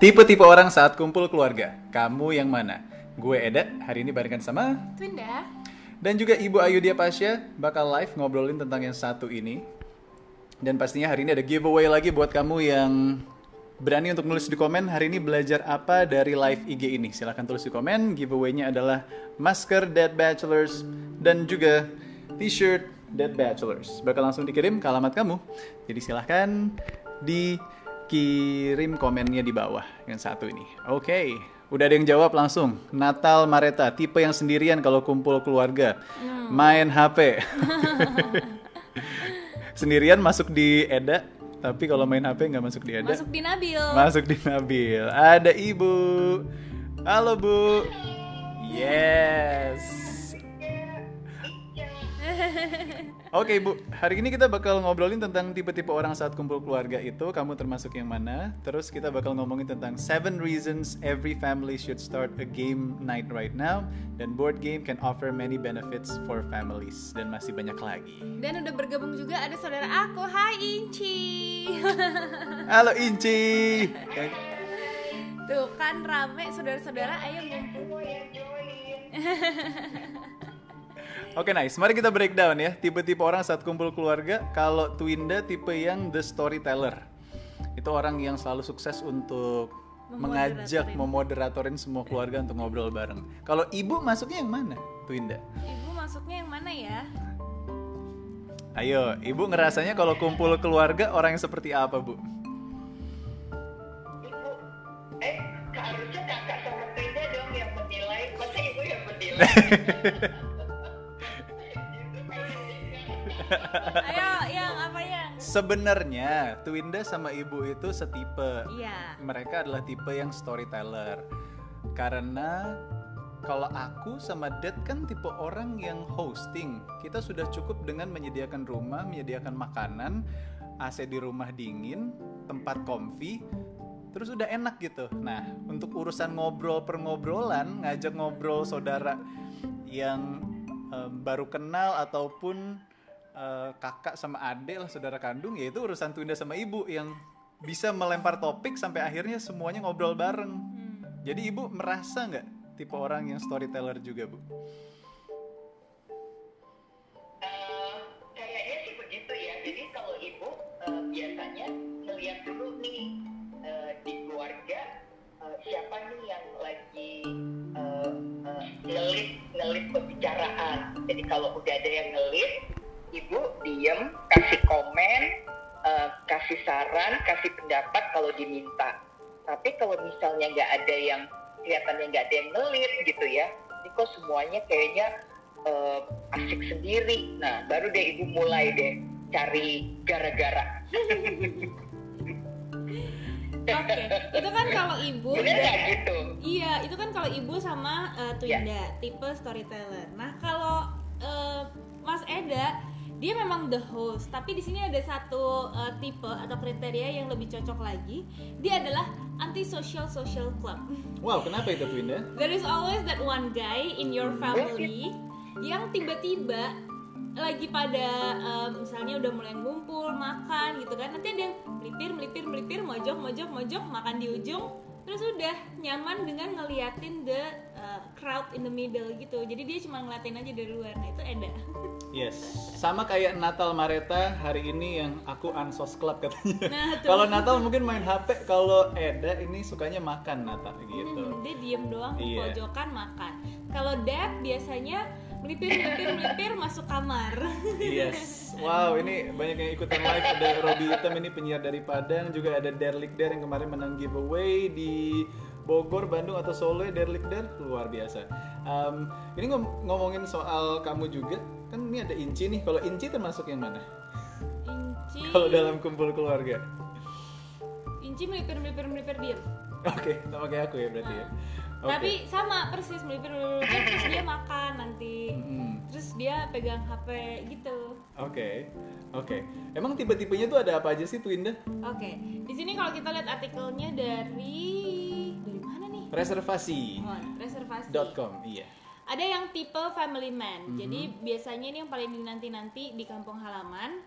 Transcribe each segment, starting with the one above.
Tipe-tipe orang saat kumpul keluarga. Kamu yang mana? Gue Eda, hari ini barengan sama Twinda. dan juga Ibu Ayudhya Pasha bakal live ngobrolin tentang yang satu ini. Dan pastinya hari ini ada giveaway lagi buat kamu yang berani untuk nulis di komen hari ini belajar apa dari live IG ini. Silahkan tulis di komen. Giveaway-nya adalah masker Dead Bachelors dan juga t-shirt Dead Bachelors. Bakal langsung dikirim ke alamat kamu. Jadi silahkan dikirim komennya di bawah yang satu ini. Oke, udah ada yang jawab langsung. Natal Mareta, tipe yang sendirian kalau kumpul keluarga. Main HP. Sendirian masuk di Eda, tapi kalau main HP nggak masuk di Eda. Masuk di Nabil. Masuk di Nabil. Ada Ibu. Halo Bu. Yes. Oke Bu, hari ini kita bakal ngobrolin tentang tipe-tipe orang saat kumpul keluarga itu. Kamu termasuk yang mana? Terus kita bakal ngomongin tentang 7 reasons every family should start a game night right now. Dan board game can offer many benefits for families. Dan masih banyak lagi. Dan udah bergabung juga ada saudara aku, Hai Inci. Halo Inci. Tuh kan rame saudara-saudara, ayo ngumpul. Oke, nice. Mari kita breakdown ya. Tipe-tipe orang saat kumpul keluarga. Kalau Twinda tipe yang the storyteller. Itu orang yang selalu sukses untuk memoderatorin semua keluarga untuk ngobrol bareng. Kalau Ibu masuknya yang mana, Twinda? Ibu masuknya yang mana ya? Ayo, Ibu ngerasanya kalau kumpul keluarga orang yang seperti apa, Bu? Harusnya kakak sama Twinda dong yang menilai. Masa Ibu yang menilai? Ayo, yang apa yang? Sebenarnya Twinda sama Ibu itu setipe. Iya. Mereka adalah tipe yang storyteller. Karena kalau aku sama Dad kan tipe orang yang hosting. Kita sudah cukup dengan menyediakan rumah, menyediakan makanan, AC di rumah dingin, tempat comfy, terus udah enak gitu. Nah, untuk urusan ngobrol per ngobrolan, ngajak ngobrol saudara yang baru kenal ataupun kakak sama adik lah, saudara kandung, ya itu urusan Twinda sama Ibu yang bisa melempar topik sampai akhirnya semuanya ngobrol bareng. Jadi Ibu merasa nggak tipe orang yang storyteller juga, Bu? Kayaknya sih begitu ya. Jadi kalau Ibu biasanya ngeliat dulu nih di keluarga siapa nih yang lagi ngelit pembicaraan. Jadi kalau udah ada yang ngelit, Ibu diem, kasih komen, kasih saran, kasih pendapat kalau diminta. Tapi kalau misalnya nggak ada yang kelihatannya nggak ada yang ngelit gitu ya, ini kok semuanya kayaknya asik sendiri. Nah, baru deh Ibu mulai deh cari gara-gara. Oke, itu kan kalau Ibu. Bener nggak gitu? Iya, itu kan kalau Ibu sama Twinda, tipe storyteller. Nah, kalau Mas Eda, dia memang the host, tapi di sini ada satu tipe atau kriteria yang lebih cocok lagi. Dia adalah anti-social social club. Wow, kenapa itu Twinda? There is always that one guy in your family yang tiba-tiba lagi pada misalnya udah mulai ngumpul makan gitu kan, nanti ada yang melipir, mojok, makan di ujung, terus udah nyaman dengan ngeliatin the crowd in the middle gitu. Jadi dia cuma ngeliatin aja dari luar. Nah itu Eda. Yes, sama kayak Natal Mareta hari ini yang aku Ansos Club katanya. Nah, kalau Natal mungkin main HP, kalau Eda ini sukanya makan Natal gitu. Dia diem doang di Iya. pojokan makan. Kalau Dad biasanya melipir masuk kamar. Yes, wow, ini banyak yang ikutan live. Ada Robi Hitam, ini penyiar dari Padang. Juga ada Derlikder yang kemarin menang giveaway di Bogor, Bandung atau Solo. Derlikder luar biasa. Ini ngomongin soal kamu juga, kan ini ada Inci nih. Kalau Inci termasuk yang mana? Inci. Kalau dalam kumpul keluarga? Inci melipir diem. Oke, sama kayak aku ya berarti ya. Okay. Tapi sama persis melipir terus dia makan nanti. Terus dia pegang HP gitu. Oke. Emang tipe-tipenya tuh ada apa aja sih, Twinda? Oke. Di sini kalau kita lihat artikelnya dari mana nih? Reservasi. Reservasi.com. Iya. Ada yang tipe family man. Jadi biasanya ini yang paling dinanti-nanti di kampung halaman.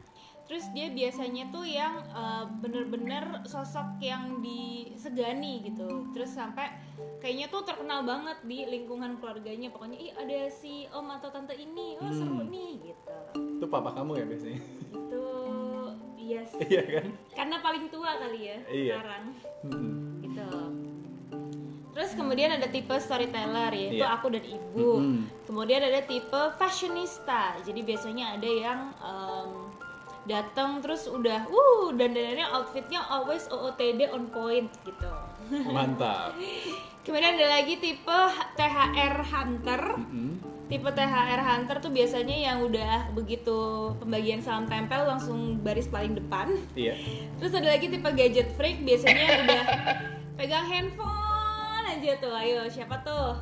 Terus dia biasanya tuh yang bener-bener sosok yang disegani gitu. Terus sampai kayaknya tuh terkenal banget di lingkungan keluarganya. Pokoknya ada si om atau tante ini, seru nih gitu. Itu papa kamu ya biasanya? Itu yes. Iya kan? Karena paling tua kali ya sekarang. Gitu. Terus kemudian ada tipe storyteller, yaitu aku dan ibu. Kemudian ada tipe fashionista. Jadi biasanya ada yang datang terus udah dandanannya outfitnya always OOTD on point gitu. Mantap. Kemudian ada lagi tipe THR hunter. Tipe THR hunter tuh biasanya yang udah begitu pembagian salam tempel langsung baris paling depan. Iya. Terus ada lagi tipe gadget freak, biasanya udah pegang handphone aja tuh. Ayo, siapa tuh?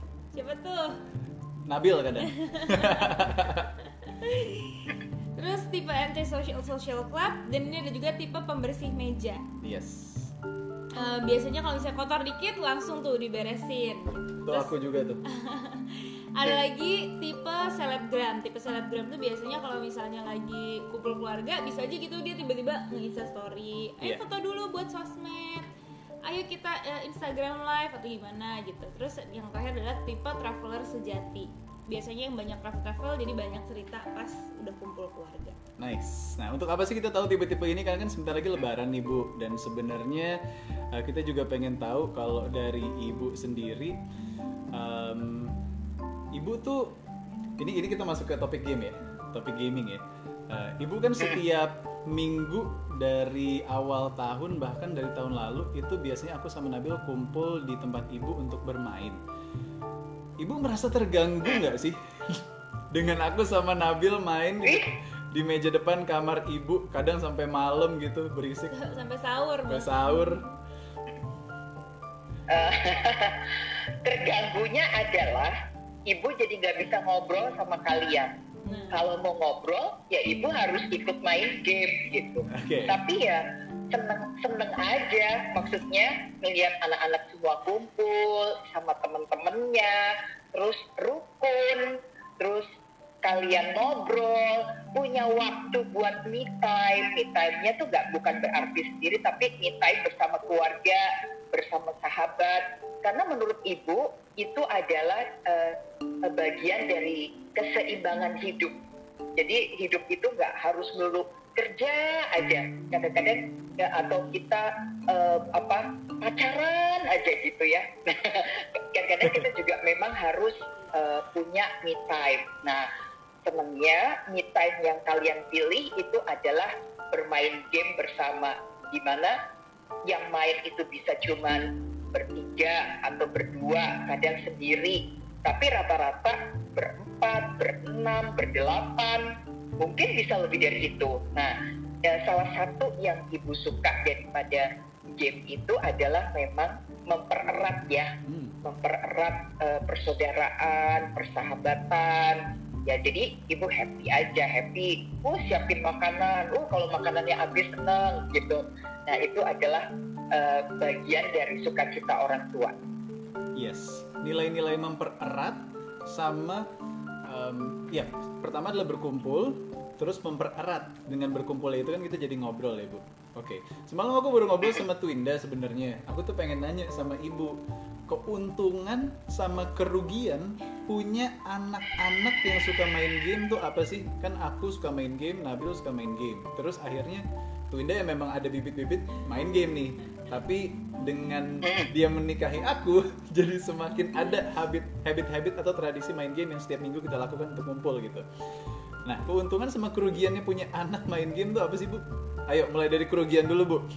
Nabil kadang. Terus tipe anti social club, dan ini ada juga tipe pembersih meja. Yes. Biasanya kalau misalnya kotor dikit langsung tuh diberesin. Tuh aku juga tuh. Ada lagi tipe selebgram. Tipe selebgram tuh biasanya kalau misalnya lagi kumpul keluarga, bisa aja gitu dia tiba-tiba nge-insta story, ayo foto dulu buat sosmed, ayo kita Instagram live atau gimana gitu. Terus yang terakhir adalah tipe traveler sejati. Biasanya yang banyak travel, jadi banyak cerita pas udah kumpul keluarga. Nice. Nah, untuk apa sih kita tahu tipe-tipe ini? Karena kan sebentar lagi lebaran nih, Bu. Dan sebenarnya kita juga pengen tahu kalau dari Ibu sendiri, Ibu tuh, ini kita masuk ke topik game ya, topik gaming ya. Ibu kan setiap minggu dari awal tahun, bahkan dari tahun lalu, itu biasanya aku sama Nabil kumpul di tempat Ibu untuk bermain. Ibu merasa terganggu nggak sih dengan aku sama Nabil main di meja depan kamar Ibu, kadang sampai malam gitu berisik sampai sahur. Terganggunya adalah Ibu jadi nggak bisa ngobrol sama kalian. Kalau mau ngobrol ya Ibu harus ikut main game gitu. Tapi ya seneng aja, maksudnya ngelihat anak-anak semua kumpul sama temen-temennya, terus rukun, terus kalian ngobrol, punya waktu buat me time. Me time-nya tuh bukan berarti sendiri, tapi me time bersama keluarga, bersama sahabat. Karena menurut Ibu itu adalah bagian dari keseimbangan hidup. Jadi hidup itu nggak harus melulu kerja aja, kadang-kadang ya, atau kita pacaran aja gitu ya. Kadang-kadang kita juga memang harus punya me time. Nah, senangnya me time yang kalian pilih itu adalah bermain game bersama, dimana yang main itu bisa cuman bertiga atau berdua, kadang sendiri, tapi rata-rata berempat, berenam, berdelapan, mungkin bisa lebih dari itu. Nah, salah satu yang Ibu suka daripada game itu adalah memang mempererat ya, mempererat persaudaraan, persahabatan. Ya jadi Ibu happy aja, siapin makanan, kalau makanannya habis senang gitu. Nah itu adalah bagian dari sukacita orang tua. Yes, nilai-nilai mempererat sama pertama adalah berkumpul, terus mempererat. Dengan berkumpul itu kan kita jadi ngobrol ya, Bu. Oke. Semalam aku baru ngobrol sama Twinda sebenarnya. Aku tuh pengen nanya sama Ibu, keuntungan sama kerugian punya anak-anak yang suka main game tuh apa sih? Kan aku suka main game, Nabil suka main game. Terus akhirnya Twinda yang memang ada bibit-bibit main game nih. Tapi dengan dia menikahi aku, jadi semakin ada habit-habit atau tradisi main game yang setiap minggu kita lakukan untuk ngumpul gitu. Nah, keuntungan sama kerugiannya punya anak main game tuh apa sih, Bu? Ayo, mulai dari kerugian dulu, Bu.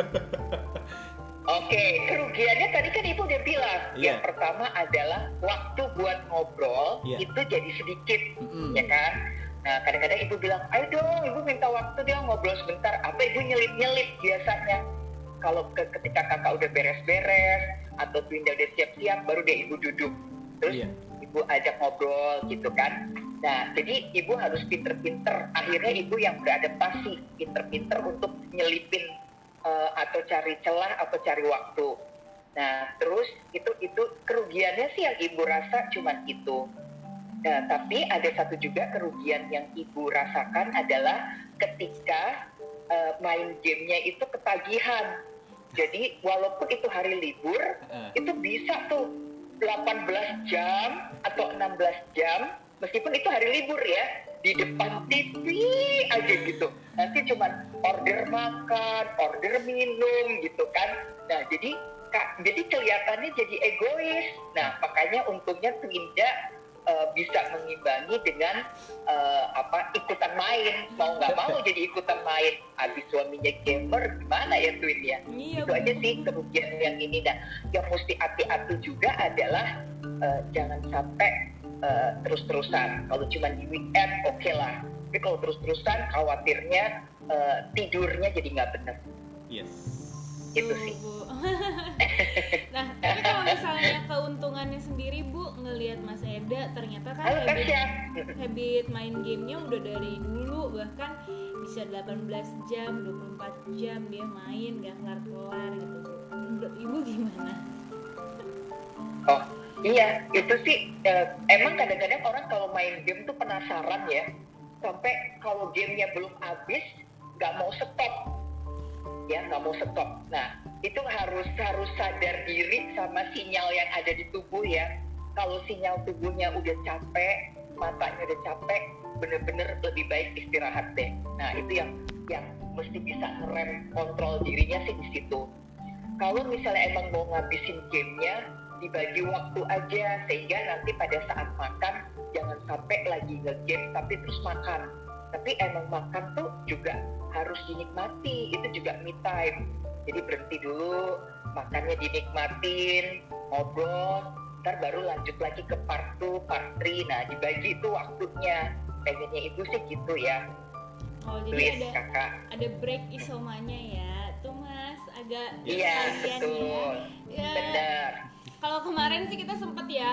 Oke, kerugiannya tadi kan Ibu udah bilang. Yang pertama adalah waktu buat ngobrol itu jadi sedikit, ya kan? Nah, kadang-kadang Ibu bilang, ayo dong, Ibu minta waktu dong ngobrol sebentar. Apa Ibu nyelip-nyelip biasanya? Kalau ketika kakak udah beres-beres atau Twinda udah siap-siap, baru deh Ibu duduk. Terus Ibu ajak ngobrol gitu kan. Nah, jadi Ibu harus pinter-pinter. Akhirnya Ibu yang beradaptasi, pinter-pinter untuk nyelipin atau cari celah atau cari waktu. Nah, terus itu kerugiannya sih yang Ibu rasa cuman itu. Nah, tapi ada satu juga kerugian yang Ibu rasakan adalah ketika main gamenya itu ketagihan. Jadi walaupun itu hari libur, itu bisa tuh 18 jam atau 16 jam, meskipun itu hari libur ya, di depan TV aja gitu. Nanti cuman order makan, order minum gitu kan. Nah jadi kelihatannya jadi egois. Nah makanya untungnya Twinda bisa mengimbangi dengan ikutan main. Mau nggak mau jadi ikutan main. Habis suaminya gamer gimana ya Twin ya? Iya, Itu aja sih kerugian yang ini. Nah yang mesti hati-hati juga adalah jangan sampai terus-terusan. Kalau cuma di weekend oke lah. Tapi kalau terus-terusan khawatirnya tidurnya jadi nggak benar. Yes. Itu sih. Bu. Nah, tapi kalau misalnya keuntungannya sendiri Bu, ngelihat Mas Eda ternyata kan Halo, habit main gamenya udah dari dulu, bahkan bisa 18 jam, 24 jam dia main gak kelar-kelar gitu. Menurut Ibu gimana? Oh iya, itu sih emang kadang-kadang orang kalau main game tuh penasaran ya, sampai kalau gamenya belum habis nggak mau stop. Ya nggak mau stop. Nah itu harus sadar diri sama sinyal yang ada di tubuh ya. Kalau sinyal tubuhnya udah capek, matanya udah capek, bener-bener lebih baik istirahat deh. Nah itu yang mesti bisa ngerem kontrol dirinya sih di situ. Kalau misalnya emang mau ngabisin gamenya, dibagi waktu aja sehingga nanti pada saat makan jangan sampai lagi nge-game tapi terus makan. Tapi emang makan tuh juga harus dinikmati, itu juga me time. Jadi berhenti dulu, makannya dinikmatin, ngobrol, ntar baru lanjut lagi ke part 2, part 3. Nah dibagi itu waktunya, pengennya itu sih gitu ya. Oh jadi ada break isomanya ya, tuh Mas agak iya betul, ya. Benar. Kalau kemarin sih kita sempet ya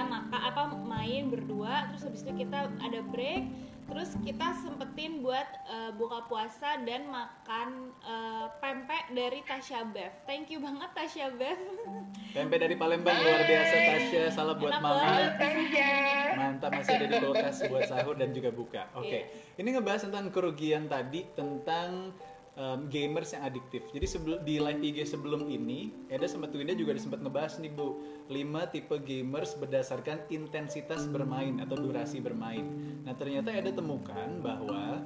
main berdua, terus habis itu kita ada break, terus kita sempetin buat buka puasa dan makan pempek dari Tasya Bev. Thank you banget Tasya Bev. Pempek dari Palembang luar biasa Tasya, salah buat mama. Tasya. Mantap, masih ada di kulkas buat sahur dan juga buka. Oke. Ini ngebahas tentang kerugian tadi, tentang gamers yang adiktif. Jadi di live IG sebelum ini, Eda sama Twinda juga sempat ngebahas nih Bu, 5 tipe gamers berdasarkan intensitas bermain atau durasi bermain. Nah ternyata Eda temukan bahwa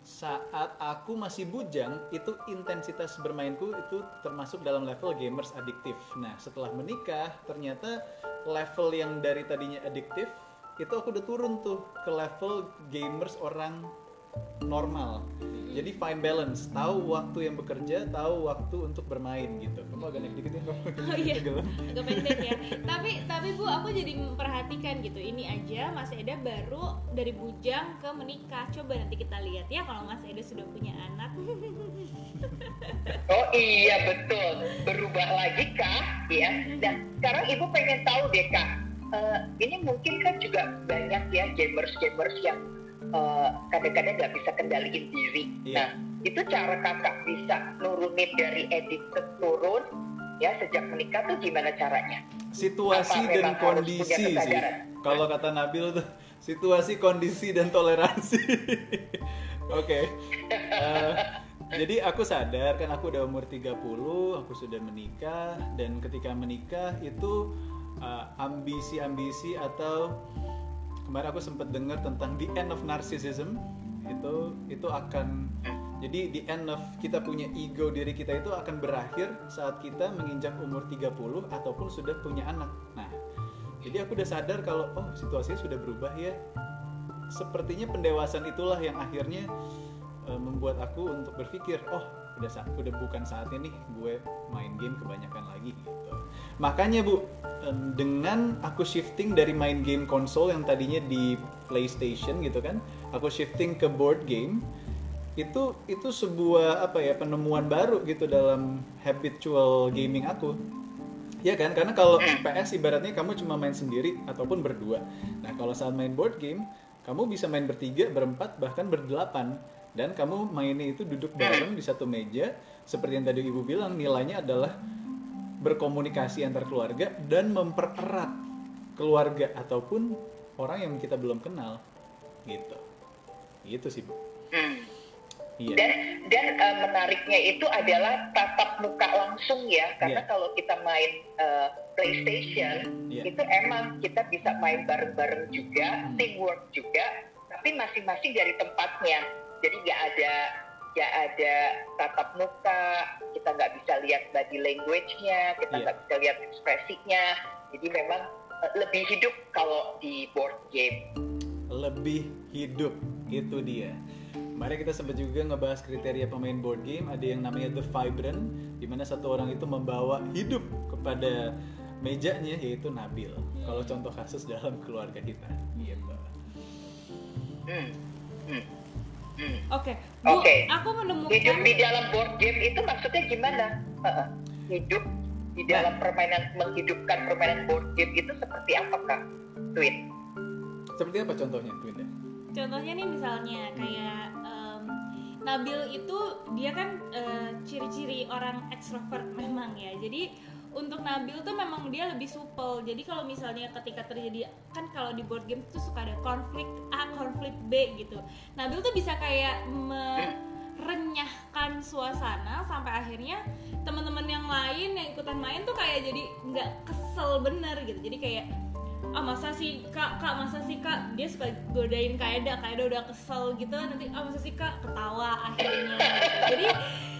saat aku masih bujang, itu intensitas bermainku itu termasuk dalam level gamers adiktif. Nah setelah menikah, ternyata level yang dari tadinya adiktif, itu aku udah turun tuh ke level gamers orang normal. Jadi fine balance, tahu waktu yang bekerja, tahu waktu untuk bermain gitu. Kamu agak naik dikit ya. Oh iya, agak pendek ya. Tapi Bu, aku jadi memperhatikan gitu. Ini aja Mas Eda baru dari bujang ke menikah. Coba nanti kita lihat ya kalau Mas Eda sudah punya anak. Oh iya betul, berubah lagi Kak ya. Nah sekarang Ibu pengen tahu deh Kak, ini mungkin kan juga banyak ya gamers yang kadang-kadang nggak bisa kendaliin diri. Nah itu cara kakak bisa nurunin dari addicted turun ya sejak menikah tuh gimana caranya? Situasi dan kondisi sih. Kalau kata Nabil tuh situasi, kondisi dan toleransi. Oke. Jadi aku sadar kan aku udah umur 30, aku sudah menikah, dan ketika menikah itu ambisi-ambisi atau kemarin aku sempat dengar tentang the end of narcissism, itu akan, jadi the end of kita punya ego diri kita itu akan berakhir saat kita menginjak umur 30 ataupun sudah punya anak. Nah jadi aku udah sadar kalau situasinya sudah berubah ya. Sepertinya pendewasaan itulah yang akhirnya membuat aku untuk berpikir udah bukan saatnya nih gue main game kebanyakan lagi gitu. Makanya Bu, dengan aku shifting dari main game konsol yang tadinya di PlayStation gitu kan, aku shifting ke board game, itu sebuah penemuan baru gitu dalam habitual gaming aku. Ya kan, karena kalau PS ibaratnya kamu cuma main sendiri ataupun berdua. Nah kalau saat main board game, kamu bisa main bertiga, berempat, bahkan berdelapan. Dan kamu mainnya itu duduk bareng di satu meja. Seperti yang tadi Ibu bilang, nilainya adalah berkomunikasi antar keluarga dan mempererat keluarga ataupun orang yang kita belum kenal gitu. Gitu sih Bu. Iya. Dan menariknya itu adalah tatap muka langsung ya, karena kalau kita main PlayStation itu emang kita bisa main bareng-bareng juga, teamwork juga, tapi masing-masing dari tempatnya. Jadi nggak ada tatap muka, kita nggak bisa lihat body language-nya, kita nggak bisa lihat ekspresinya. Jadi memang lebih hidup kalau di board game. Lebih hidup, itu dia. Mari kita sempat juga ngebahas kriteria pemain board game. Ada yang namanya The Vibrant, di mana satu orang itu membawa hidup kepada mejanya, yaitu Nabil. Kalau contoh kasus dalam keluarga kita, gitu. Oke. Aku menemukan hidup di dalam board game itu maksudnya gimana? Hidup di dalam permainan, menghidupkan permainan board game itu seperti apakah, Twin? Seperti apa contohnya, Twin? Contohnya nih misalnya kayak Nabil itu dia kan ciri-ciri orang ekstrovert memang ya. Jadi untuk Nabil tuh memang dia lebih supel. Jadi kalau misalnya ketika terjadi, kan kalau di board game tuh suka ada konflik A, konflik B gitu. Nabil tuh bisa kayak merenyahkan suasana sampai akhirnya teman-teman yang lain yang ikutan main tuh kayak jadi nggak kesel bener gitu. Jadi kayak masa sih kak dia suka godain Kak Eda udah kesel gitu, nanti masa sih kak, ketawa akhirnya gitu.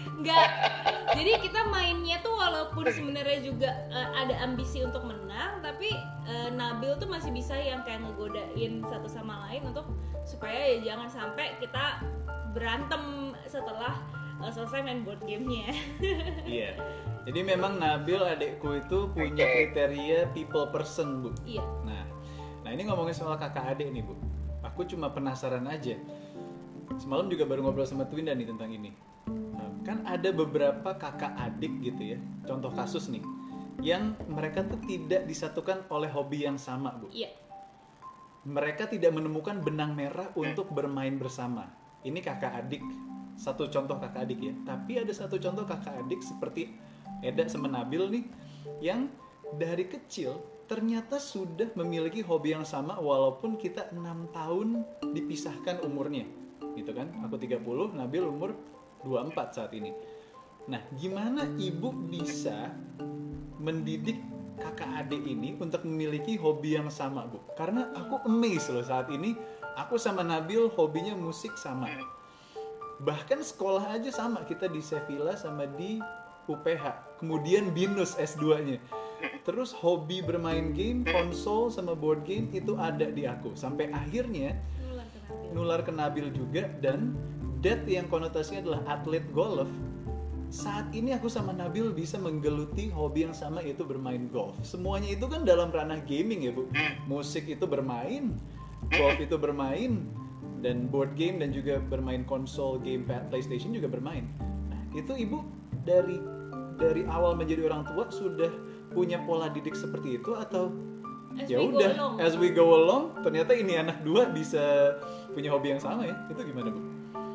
Jadi kita mainnya tuh walaupun sebenarnya juga ada ambisi untuk menang, tapi Nabil tuh masih bisa yang kayak ngegodain satu sama lain untuk supaya ya jangan sampai kita berantem setelah selesai main board gamenya. Iya. Jadi memang Nabil adekku itu punya kriteria people person, Bu. Iya. Nah ini ngomongin soal kakak adik nih, Bu. Aku cuma penasaran aja. Semalam juga baru ngobrol sama Twinda nih tentang ini. Kan ada beberapa kakak adik gitu ya. Contoh kasus nih, yang mereka tuh tidak disatukan oleh hobi yang sama, Bu. Iya. Mereka tidak menemukan benang merah untuk bermain bersama. Ini kakak adik. Satu contoh kakak adik ya. Tapi ada satu contoh kakak adik seperti Eda sama Nabil nih, yang dari kecil ternyata sudah memiliki hobi yang sama walaupun kita 6 tahun dipisahkan umurnya. Gitu kan? Aku 30, Nabil umur 24 saat ini. Nah, gimana ibu bisa mendidik kakak adik ini untuk memiliki hobi yang sama, Bu? Karena aku amazed loh saat ini, aku sama Nabil hobinya musik sama. Bahkan sekolah aja sama, kita di Sevilla sama di UPH. Kemudian BINUS S2-nya. Terus hobi bermain game, konsol sama board game itu ada di aku. Sampai akhirnya nular ke Nabil juga, dan Dad yang konotasinya adalah atlet golf. Saat ini aku sama Nabil bisa menggeluti hobi yang sama, yaitu bermain golf. Semuanya itu kan dalam ranah gaming ya, Bu. Musik itu bermain, golf itu bermain, dan board game dan juga bermain konsol, gamepad, PlayStation juga bermain. Nah, itu ibu dari awal menjadi orang tua sudah punya pola didik seperti itu, atau ya udah as we go along ternyata ini anak dua bisa punya hobi yang sama ya? Itu gimana, Bu?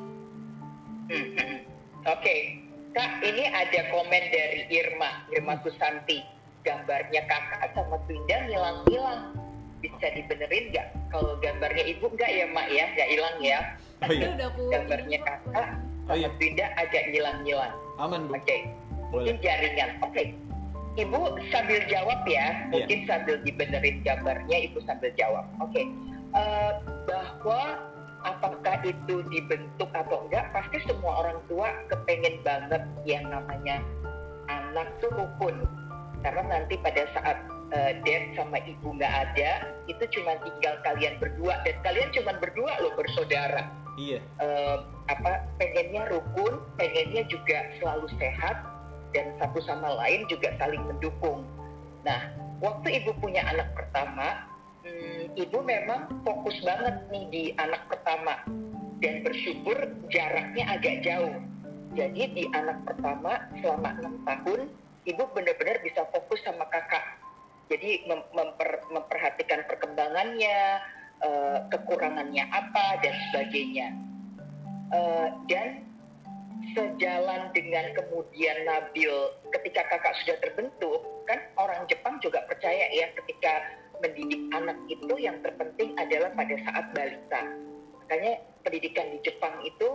Oke, Kak, ini ada komen dari Irma Susanti. Gambarnya kakak sama Twinda ngilang-ngilang. Bisa dibenerin nggak? Kalau gambarnya ibu nggak ya, Mak ya? Nggak hilang ya? Oh iya. Gambarnya kakak sama Twinda agak ngilang-ngilang. Aman, Bu. Oke. Mungkin jaringan. Oke. Ibu sambil jawab ya. Mungkin sambil dibenerin gambarnya, ibu sambil jawab. Oke. Bahwa apakah itu dibentuk atau enggak, pasti semua orang tua kepengen banget yang namanya anak tuh rukun. Karena nanti pada saat dad sama ibu nggak ada, itu cuma tinggal kalian berdua, dan kalian cuma berdua loh, bersaudara. Iya. Pengennya rukun, pengennya juga selalu sehat, dan satu sama lain juga saling mendukung. Nah, waktu ibu punya anak pertama, ibu memang fokus banget nih di anak pertama, dan bersyukur jaraknya agak jauh. Jadi di anak pertama selama 6 tahun, ibu benar-benar bisa fokus sama kakak. Jadi memperhatikan perkembangannya, kekurangannya apa, dan sebagainya. Dan sejalan dengan kemudian Nabil, ketika kakak sudah terbentuk, kan orang Jepang juga percaya ya, ketika mendidik anak itu yang terpenting adalah pada saat balita. Makanya pendidikan di Jepang itu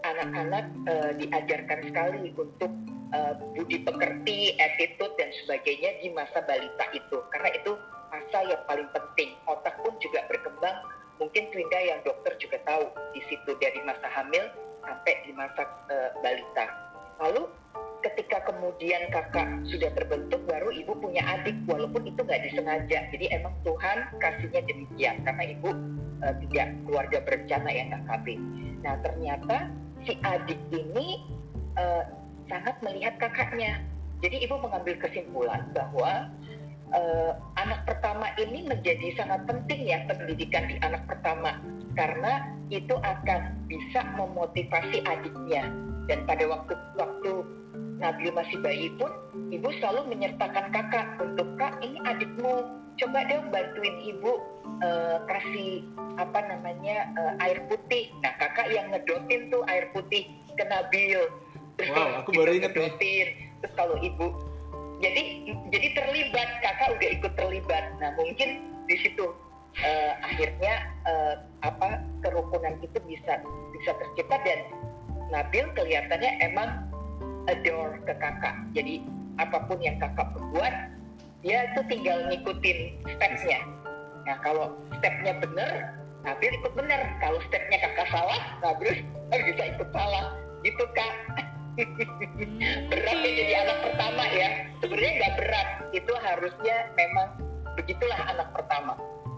anak-anak diajarkan sekali untuk budi pekerti, attitude dan sebagainya di masa balita itu, karena itu masa yang paling penting. Otak pun juga berkembang, mungkin Twinda yang dokter juga tahu di situ, dari masa hamil sampai di masa balita. Lalu ketika kemudian kakak sudah terbentuk, baru ibu punya adik, walaupun itu nggak disengaja. Jadi emang Tuhan kasihnya demikian, karena ibu tidak keluarga berencana ya, nggak KB. Nah ternyata si adik ini sangat melihat kakaknya. Jadi ibu mengambil kesimpulan bahwa anak pertama ini menjadi sangat penting ya, pendidikan di anak pertama, karena itu akan bisa memotivasi adiknya. Dan pada waktu Nabil masih bayi pun, ibu selalu menyertakan kakak untuk, kak ini adikmu, coba dong bantuin ibu kasih air putih. Nah kakak yang ngedotin tuh air putih ke Nabil. Terus wow, aku baru ingat ngedotin. Terus kalau ibu, jadi terlibat, kakak udah ikut terlibat. Nah mungkin di situ akhirnya kerukunan itu bisa tercipta, dan Nabil kelihatannya emang adore ke kakak. Jadi apapun yang kakak berbuat, dia tuh tinggal ngikutin stepnya. Nah kalau stepnya bener, Nabil ikut bener. Kalau stepnya kakak salah, Nabil bisa ikut salah. Gitu kak. Berat ya jadi anak pertama ya. Sebenarnya nggak berat, itu harusnya memang begitulah anak pertama.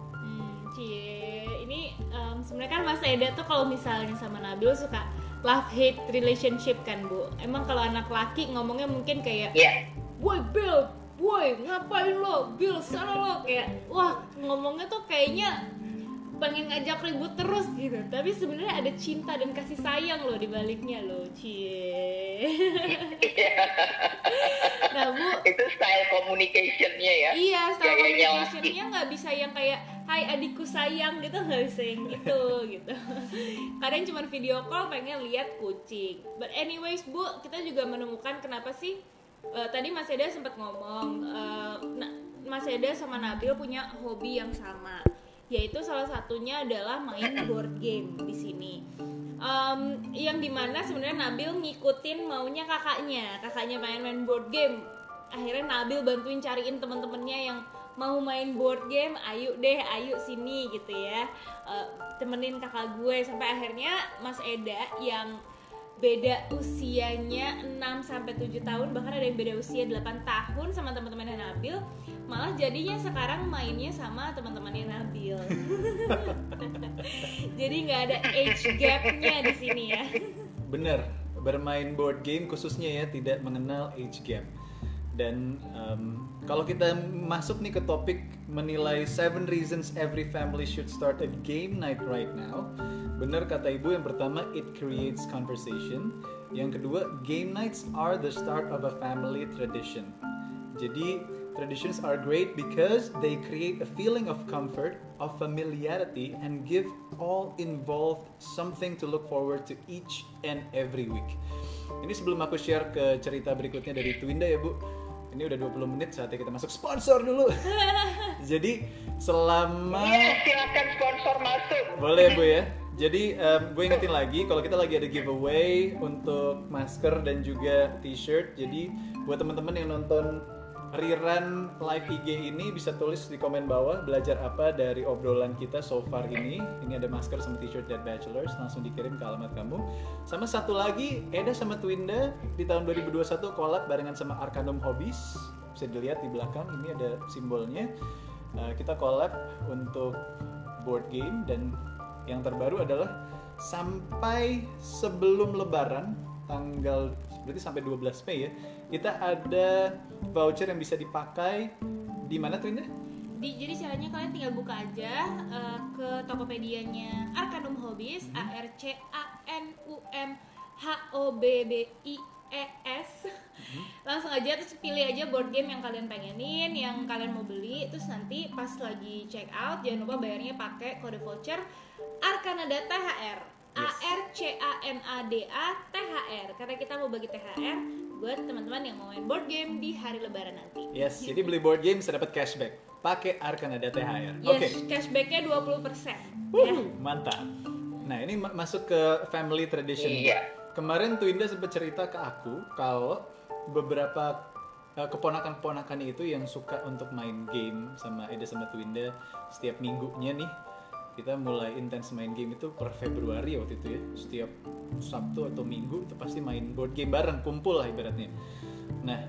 Ini sebenarnya kan Mas Eda tuh kalau misalnya sama Nabil suka love-hate relationship kan Bu. Emang kalau anak laki ngomongnya mungkin kayak Woi Bill, woi ngapain lo, Bill sana lo, kayak wah ngomongnya tuh kayaknya pengen ngajak ribut terus gitu. Tapi sebenarnya ada cinta dan kasih sayang loh di baliknya loh. Nah Bu, itu style communication-nya ya. Iya, style communication-nya nggak bisa yang kayak hai adikku sayang gitu, nggak bisa yang gitu. Kadang cuma video call pengen lihat kucing. But anyways Bu, kita juga menemukan kenapa sih tadi Mas Eda sempat ngomong Mas Eda sama Nabil punya hobi yang sama, yaitu salah satunya adalah main board game di sini. Yang dimana sebenarnya Nabil ngikutin maunya kakaknya main board game. Akhirnya Nabil bantuin cariin teman-temannya yang mau main board game, ayo sini gitu ya, temenin kakak gue, sampai akhirnya Mas Eda yang beda usianya 6-7 tahun, bahkan ada yang beda usia 8 tahun sama teman-temannya Nabil, malah jadinya sekarang mainnya sama teman-temannya Nabil. Jadi nggak ada age gap-nya di sini ya. Bener, bermain board game khususnya ya tidak mengenal age gap. Dan kalau kita masuk nih ke topik menilai 7 reasons every family should start a game night right now, benar kata ibu, yang pertama it creates conversation, yang kedua game nights are the start of a family tradition. Jadi traditions are great because they create a feeling of comfort, of familiarity, and give all involved something to look forward to each and every week. Ini sebelum aku share ke cerita berikutnya dari Twinda ya Bu, ini udah 20 menit, saatnya kita masuk sponsor dulu. Jadi selama... Iya, silakan sponsor masuk. Boleh Bu ya. Jadi gue ingetin lagi, kalau kita lagi ada giveaway untuk masker dan juga t-shirt. Jadi buat teman-teman yang nonton rerun live IG ini bisa tulis di komen bawah belajar apa dari obrolan kita so far ini. Ini ada masker sama t-shirt Dead Bachelors, langsung dikirim ke alamat kamu. Sama satu lagi, Eda sama Twinda di tahun 2021 collab barengan sama Arcanum Hobbies. Bisa dilihat di belakang, ini ada simbolnya. Kita collab untuk board game, dan yang terbaru adalah sampai sebelum Lebaran, tanggal berarti sampai 12 Mei ya, kita ada voucher yang bisa dipakai di mana Twinda? Jadi caranya kalian tinggal buka aja ke Tokopedia-nya Arcanum Hobbies, ARCANUMHOBBIES. Langsung aja terus pilih aja board game yang kalian pengenin, yang kalian mau beli, terus nanti pas lagi check out jangan lupa bayarnya pakai kode voucher Arcanada THR. ARCANADA THR, karena kita mau bagi THR buat teman-teman yang mau main board game di hari Lebaran nanti. Yes, jadi beli board game bisa dapat cashback pakai Arcanada THR. Yes, Okay. Cashbacknya 20%. Mantap. Nah ini masuk ke family tradition. Iya. kemarin Twinda sempat cerita ke aku kalau beberapa keponakan-keponakannya itu yang suka untuk main game sama Eda sama Twinda setiap minggunya nih. Kita mulai intens main game itu per Februari waktu itu ya. Setiap Sabtu atau Minggu itu pasti main board game bareng, kumpul lah ibaratnya. Nah,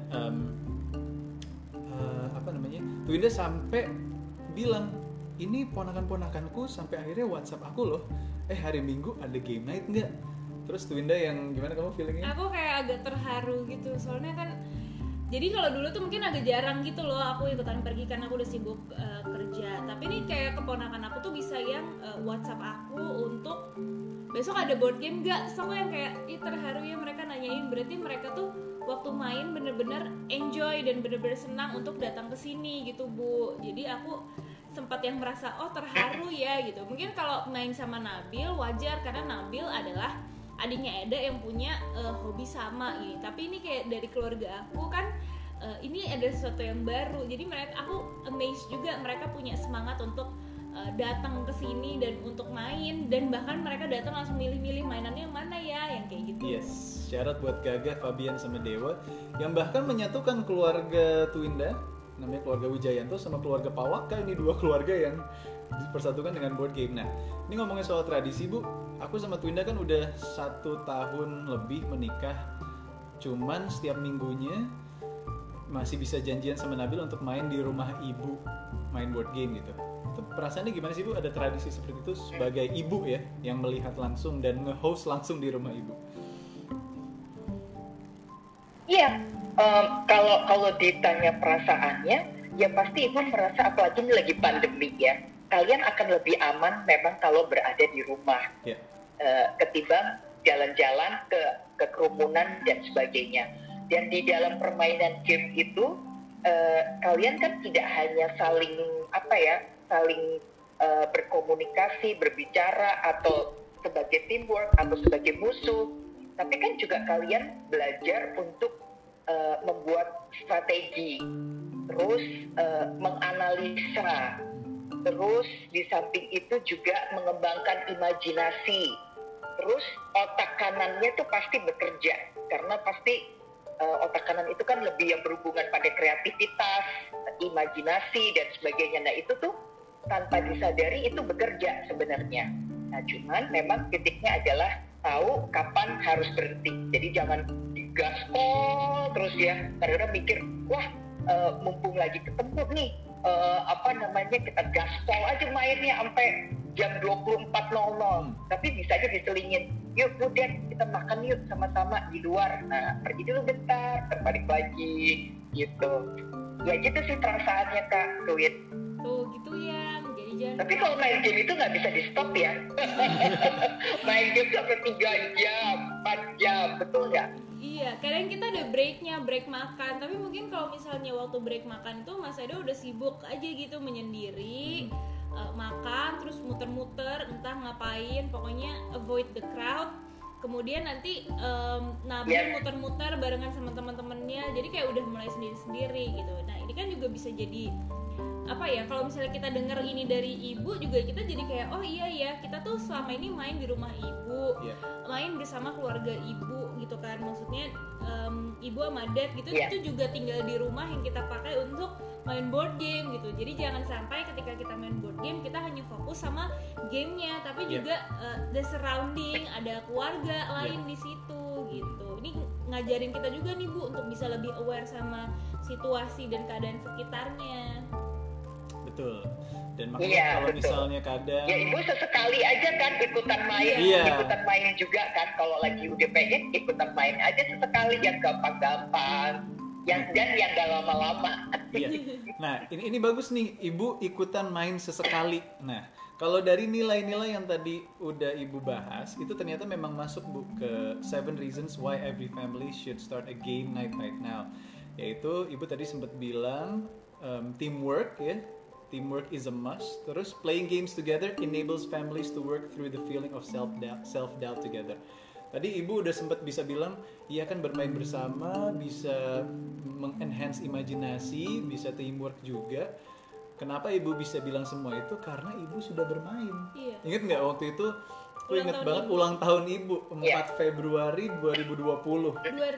Twinda sampai bilang, ini ponakan-ponakanku sampai akhirnya WhatsApp aku loh, hari Minggu ada game night nggak? Terus Twinda yang gimana kamu feelingnya? Aku kayak agak terharu gitu, soalnya kan jadi kalau dulu tuh mungkin agak jarang gitu loh aku ikutan pergi karena aku udah sibuk kerja. Tapi ini kayak keponakan aku tuh bisa yang WhatsApp aku untuk besok ada board game gak? Terus aku yang kayak terharu ya, mereka nanyain, berarti mereka tuh waktu main bener-bener enjoy dan bener-bener senang untuk datang ke sini gitu Bu. Jadi aku sempat yang merasa terharu ya gitu. Mungkin kalau main sama Nabil wajar karena Nabil adalah adiknya Eda yang punya hobi sama gitu. Tapi ini kayak dari keluarga aku kan ini ada sesuatu yang baru. Jadi aku amazed juga mereka punya semangat untuk datang ke sini dan untuk main, dan bahkan mereka datang langsung milih-milih mainannya yang mana ya, yang kayak gitu. Yes, syarat buat Gaga, Fabian sama Dewa yang bahkan menyatukan keluarga Twinda, namanya keluarga Wijayanto sama keluarga Pawaka. Ini dua keluarga yang dipersatukan dengan board game. Nah, ini ngomongin soal tradisi Bu, aku sama Twinda kan udah 1 tahun lebih menikah, cuman setiap minggunya masih bisa janjian sama Nabil untuk main di rumah ibu, main board game gitu. Itu perasaannya gimana sih Bu, ada tradisi seperti itu sebagai ibu ya, yang melihat langsung dan nge-host langsung di rumah ibu? Iya, kalau ditanya perasaannya, ya pasti ibu merasa, apalagi ini lagi pandemi ya, kalian akan lebih aman memang kalau berada di rumah, ketimbang jalan-jalan ke kerumunan dan sebagainya. Dan di dalam permainan game itu, kalian kan tidak hanya saling berkomunikasi, berbicara atau sebagai teamwork atau sebagai musuh, tapi kan juga kalian belajar untuk membuat strategi, terus menganalisa, terus di samping itu juga mengembangkan imajinasi, terus otak kanannya tuh pasti bekerja karena pasti otak kanan itu kan lebih yang berhubungan pada kreativitas, imajinasi dan sebagainya. Nah itu tuh tanpa disadari itu bekerja sebenarnya. Nah cuman memang titiknya adalah tahu kapan harus berhenti. Jadi jangan digaspol terus ya. Kadang-kadang mikir, wah mumpung lagi ketemu nih, kita gaspol aja mainnya sampai jam 24.00. Tapi bisa aja diselingin, yuk kemudian kita makan yuk sama-sama di luar. Nah pergi dulu bentar, terbalik lagi gitu. Ya gitu sih perasaannya Kak Twin. Tuh gitu ya, jadi jangan. Tapi kalau main game itu nggak bisa di stop ya. Main game sampai 3 jam, 4 jam, betul nggak? Iya, kadang kita ada break makan. Tapi mungkin kalau misalnya waktu break makan itu Mas Edo udah sibuk aja gitu menyendiri, makan terus muter-muter entah ngapain, pokoknya avoid the crowd. Kemudian nanti Nabil muter-muter barengan sama teman-temannya, jadi kayak udah mulai sendiri-sendiri gitu. Nah ini kan juga bisa jadi kalau misalnya kita dengar ini dari ibu juga kita jadi kayak oh iya ya, kita tuh selama ini main di rumah ibu, main bersama keluarga ibu gitu kan, maksudnya ibu sama dad gitu, itu juga tinggal di rumah yang kita pakai untuk main board game gitu. Jadi jangan sampai ketika kita main board game kita hanya fokus sama gamenya, tapi juga the surrounding, ada keluarga lain di situ gitu. Ini ngajarin kita juga nih Bu untuk bisa lebih aware sama situasi dan keadaan sekitarnya. Betul. Dan makanya kalau misalnya kadang ya ibu sesekali aja kan ikutan main, ikutan main juga kan, kalau lagi udah pengen ikutan main aja sesekali, yang gampang-gampang, yang gak lama-lama. Nah ini bagus nih, ibu ikutan main sesekali. Nah kalau dari nilai-nilai yang tadi udah ibu bahas, itu ternyata memang masuk Bu ke 7 reasons why every family should start a game night right now. Yaitu ibu tadi sempat bilang teamwork ya. Teamwork is a must. Terus playing games together enables families to work through the feeling of self-doubt together. Tadi ibu udah sempat bisa bilang, iya kan bermain bersama bisa mengenhance imajinasi, bisa teamwork juga. Kenapa ibu bisa bilang semua itu? Karena ibu sudah bermain. Ingat nggak waktu itu Aku inget banget ulang tahun ibu 4 Februari 2020.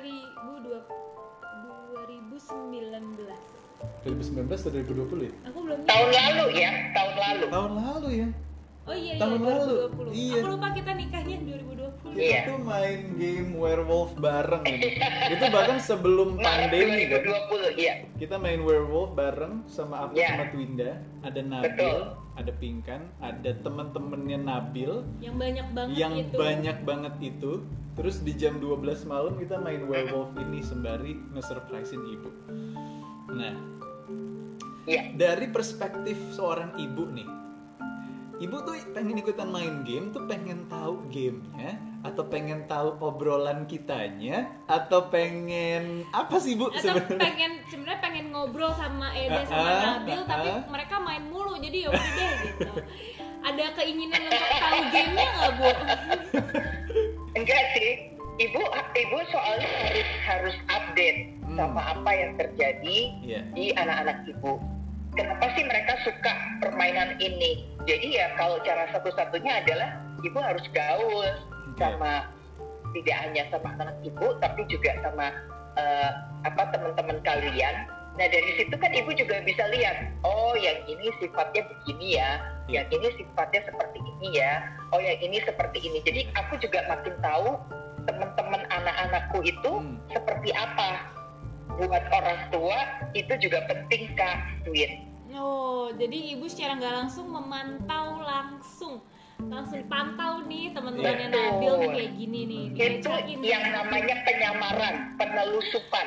2019 atau 2020 ya? Aku belum. Tahun lalu ya, tahun lalu. Tahun lalu ya. Oh iya, tahun lalu. 2020. Iya. Aku lupa kita nikahnya 2020. Kita tuh main game werewolf bareng ini. Itu bahkan sebelum pandemi kan. 2020, iya. Kita main werewolf bareng sama aku sama Twinda. Ada Nabil, betul. ada Pinkan, ada teman-temannya Nabil. Yang banyak banget itu. Banyak banget itu. Terus di jam 12 malam kita main werewolf ini sembari nge-surprisein ibu. Nah, dari perspektif seorang ibu nih, ibu tuh pengen ikutan main game tuh pengen tahu gamenya atau pengen tahu obrolan kitanya atau pengen apa sih bu sebenarnya? Sebenarnya pengen ngobrol sama Eda sama Nabil tapi mereka main mulu jadi ya udah deh gitu. Ada keinginan untuk tahu gamenya nggak bu? Enggak sih, ibu soalnya harus update sama apa yang terjadi di anak-anak ibu. Kenapa sih mereka suka permainan ini? Jadi ya kalau cara satu-satunya adalah ibu harus gaul sama tidak hanya sama anak ibu tapi juga sama teman-teman kalian. Nah dari situ kan ibu juga bisa lihat, oh yang ini sifatnya begini ya, yang ini sifatnya seperti ini ya, oh yang ini seperti ini. Jadi aku juga makin tahu teman-teman anak-anakku itu seperti apa. Buat orang tua itu juga penting Kak Twin. Oh, jadi ibu secara nggak langsung memantau langsung dipantau nih teman-temannya Nabil nih kayak gini nih. Itu yang namanya penyamaran, penelusupan.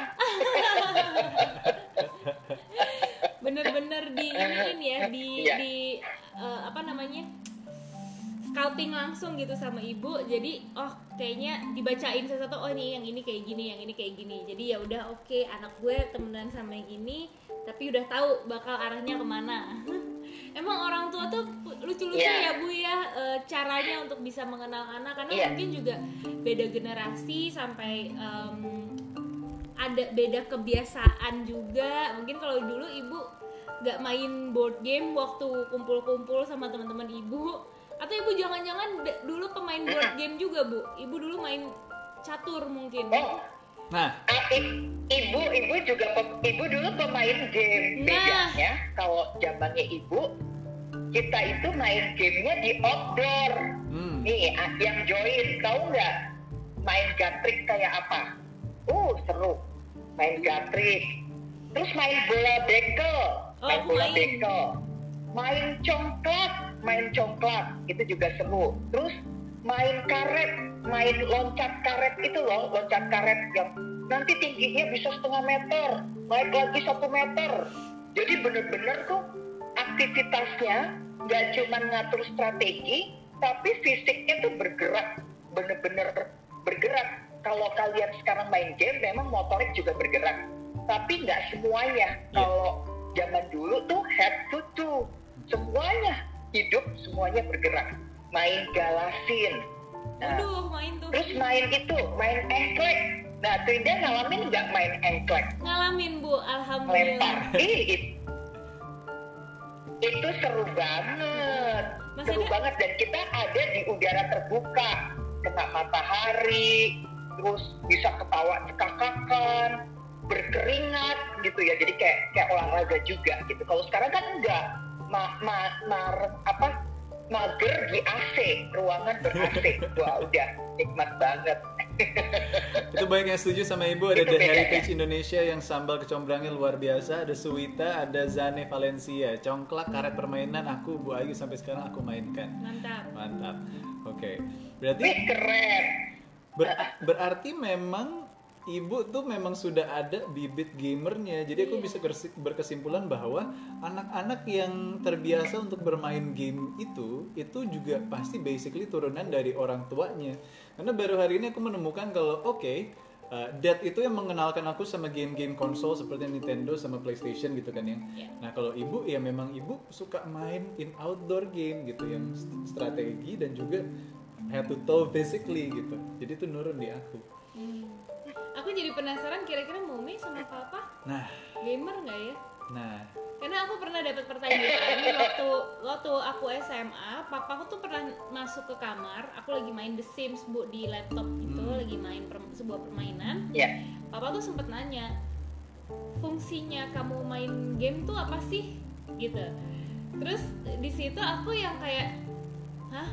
Bener-bener di scouting langsung gitu sama ibu. Jadi kayaknya dibacain sesuatu, nih yang ini kayak gini, yang ini kayak gini. Jadi ya udah oke, anak gue temenan sama yang ini tapi udah tahu bakal arahnya kemana. Emang orang tua tuh lucu-lucu ya bu ya, caranya untuk bisa mengenal anak karena mungkin juga beda generasi sampai ada beda kebiasaan juga. Mungkin kalau dulu ibu nggak main board game waktu kumpul-kumpul sama teman-teman ibu, atau ibu jangan-jangan dulu pemain board game juga bu? Ibu dulu main catur mungkin. Nah, ibu dulu pemain game. Bedanya kalau zamannya ibu, kita itu main gamenya di outdoor. Nih, yang join tahu nggak main gatrik kayak apa? Seru. Main gatrik. Terus main bola bekel. Main congklak. Itu juga seru. Terus main karet, main loncat karet itu loh, loncat karet yang nanti tingginya bisa 0,5 meter, naik lagi 1 meter. Jadi bener-bener tuh aktivitasnya nggak cuma ngatur strategi, tapi fisiknya tuh bergerak, bener-bener bergerak. Kalau kalian sekarang main game, memang motorik juga bergerak, tapi nggak semuanya. Kalau zaman dulu tuh head to toe, semuanya hidup, semuanya bergerak. Main galasin. Main tuh. Terus main engklek. Nah, Twinda ngalamin nggak main engklek? Ngalamin bu, alhamdulillah. Lempar. Itu seru banget. Banget dan kita ada di udara terbuka, kena matahari, terus bisa ketawa cekakakan, berkeringat gitu ya. Jadi kayak olahraga juga gitu. Kalau sekarang kan enggak. Mager di AC, ruangan ber-AC. Wah, udah nikmat banget. Itu banyak yang setuju sama ibu. Ada The Heritage Indonesia yang sambal kecombrangnya luar biasa. Ada Suwita, ada Zane Valencia. Congklak, karet permainan, aku Bu Ayu sampai sekarang aku mainkan. Mantap. Oke. Berarti keren. Berarti memang ibu tuh memang sudah ada bibit gamernya. Jadi aku bisa berkesimpulan bahwa anak-anak yang terbiasa untuk bermain game itu juga pasti basically turunan dari orang tuanya. Karena baru hari ini aku menemukan kalau dad itu yang mengenalkan aku sama game-game konsol seperti Nintendo sama PlayStation gitu kan ya. Nah kalau ibu ya memang ibu suka main in outdoor game gitu yang strategi dan juga head to toe physically gitu. Jadi itu nurun di aku. Aku jadi penasaran kira-kira Mome sama Papa gamer nggak ya? Nah Karena aku pernah dapat pertanyaan waktu aku SMA, papaku tuh pernah masuk ke kamar, aku lagi main The Sims Bu di laptop gitu, lagi main sebuah permainan. Iya. Papa tuh sempet nanya, fungsinya kamu main game tuh apa sih? Gitu. Terus di situ aku yang kayak, hah?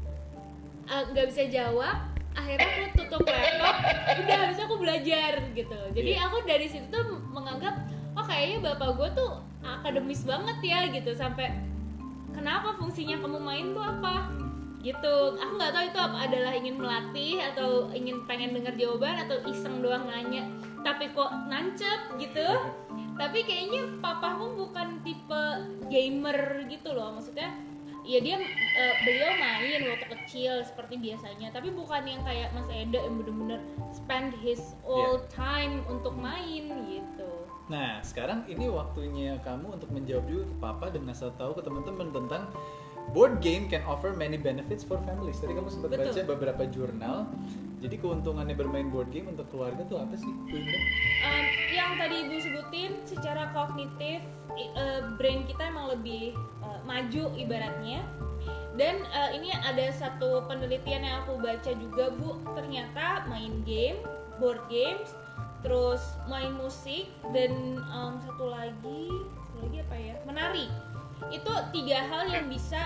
Nggak bisa jawab. Akhirnya aku tutup laptop, udah habis aku belajar gitu. Jadi aku dari situ tuh menganggap, oh kayaknya bapak gue tuh akademis banget ya gitu, sampai kenapa fungsinya kamu main tuh apa gitu. Aku nggak tahu itu adalah ingin melatih atau ingin pengen dengar jawaban atau iseng doang nanya tapi kok nancep gitu. Tapi kayaknya papaku bukan tipe gamer gitu loh, maksudnya ya dia beliau main waktu kecil seperti biasanya, tapi bukan yang kayak Mas Eda yang bener-bener spend his all time untuk main gitu. Nah, sekarang ini waktunya kamu untuk menjawab juga ke papa dan ngasih tahu ke teman-teman tentang board game can offer many benefits for families. Tadi kamu sempat baca beberapa jurnal. Jadi keuntungannya bermain board game untuk keluarga tuh apa sih, Bu Indah? Yang tadi Ibu sebutin, secara kognitif brain kita emang lebih maju ibaratnya. Dan ini ada satu penelitian yang aku baca juga Bu, ternyata main game, board games, terus main musik, dan satu lagi apa ya, menari, itu 3 hal yang bisa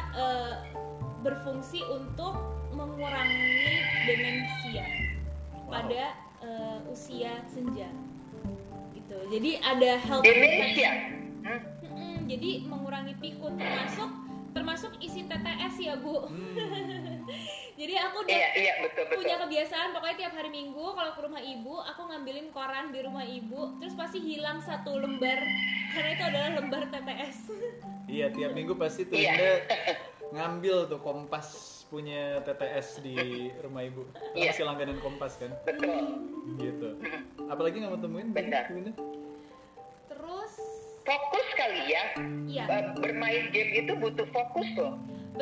berfungsi untuk mengurangi demensia pada usia senja gitu. Jadi ada health Demensia. Jadi mengurangi pikun, termasuk isi TTS ya Bu. Jadi aku udah betul. punya kebiasaan, pokoknya tiap hari Minggu kalau ke rumah ibu, aku ngambilin koran di rumah ibu, terus pasti hilang 1 lembar karena itu adalah lembar TTS. Iya, tiap minggu pasti tuh Indah ngambil tuh Kompas punya TTS di rumah ibu. Masih langganan Kompas kan? Betul. Gitu. Apalagi nggak mau temuin? Benar. Bu Indah? Terus Fokus kali ya. Iya. Bermain game itu butuh fokus loh.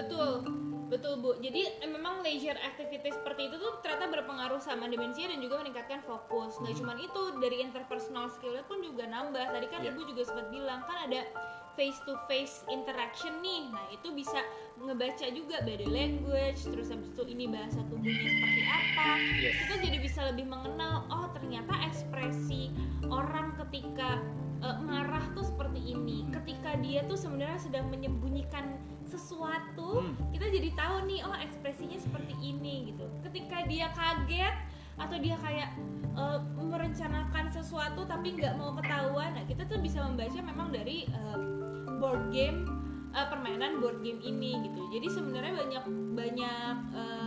Betul Bu. Jadi memang leisure activity seperti itu tuh ternyata berpengaruh sama demensia dan juga meningkatkan fokus. Nggak cuma itu, dari interpersonal skill-nya pun juga nambah. Tadi kan Ibu juga sempat bilang kan ada face to face interaction nih. Nah, itu bisa ngebaca juga body language, terus habis itu ini bahasa tubuhnya seperti apa. Kita jadi bisa lebih mengenal, oh ternyata ekspresi orang ketika marah tuh seperti ini. Ketika dia tuh sebenarnya sedang menyembunyikan sesuatu, kita jadi tahu nih, oh ekspresinya seperti ini gitu. Ketika dia kaget atau dia kayak merencanakan sesuatu tapi nggak mau ketahuan, nah kita tuh bisa membaca memang dari board game, permainan board game ini gitu. Jadi sebenarnya banyak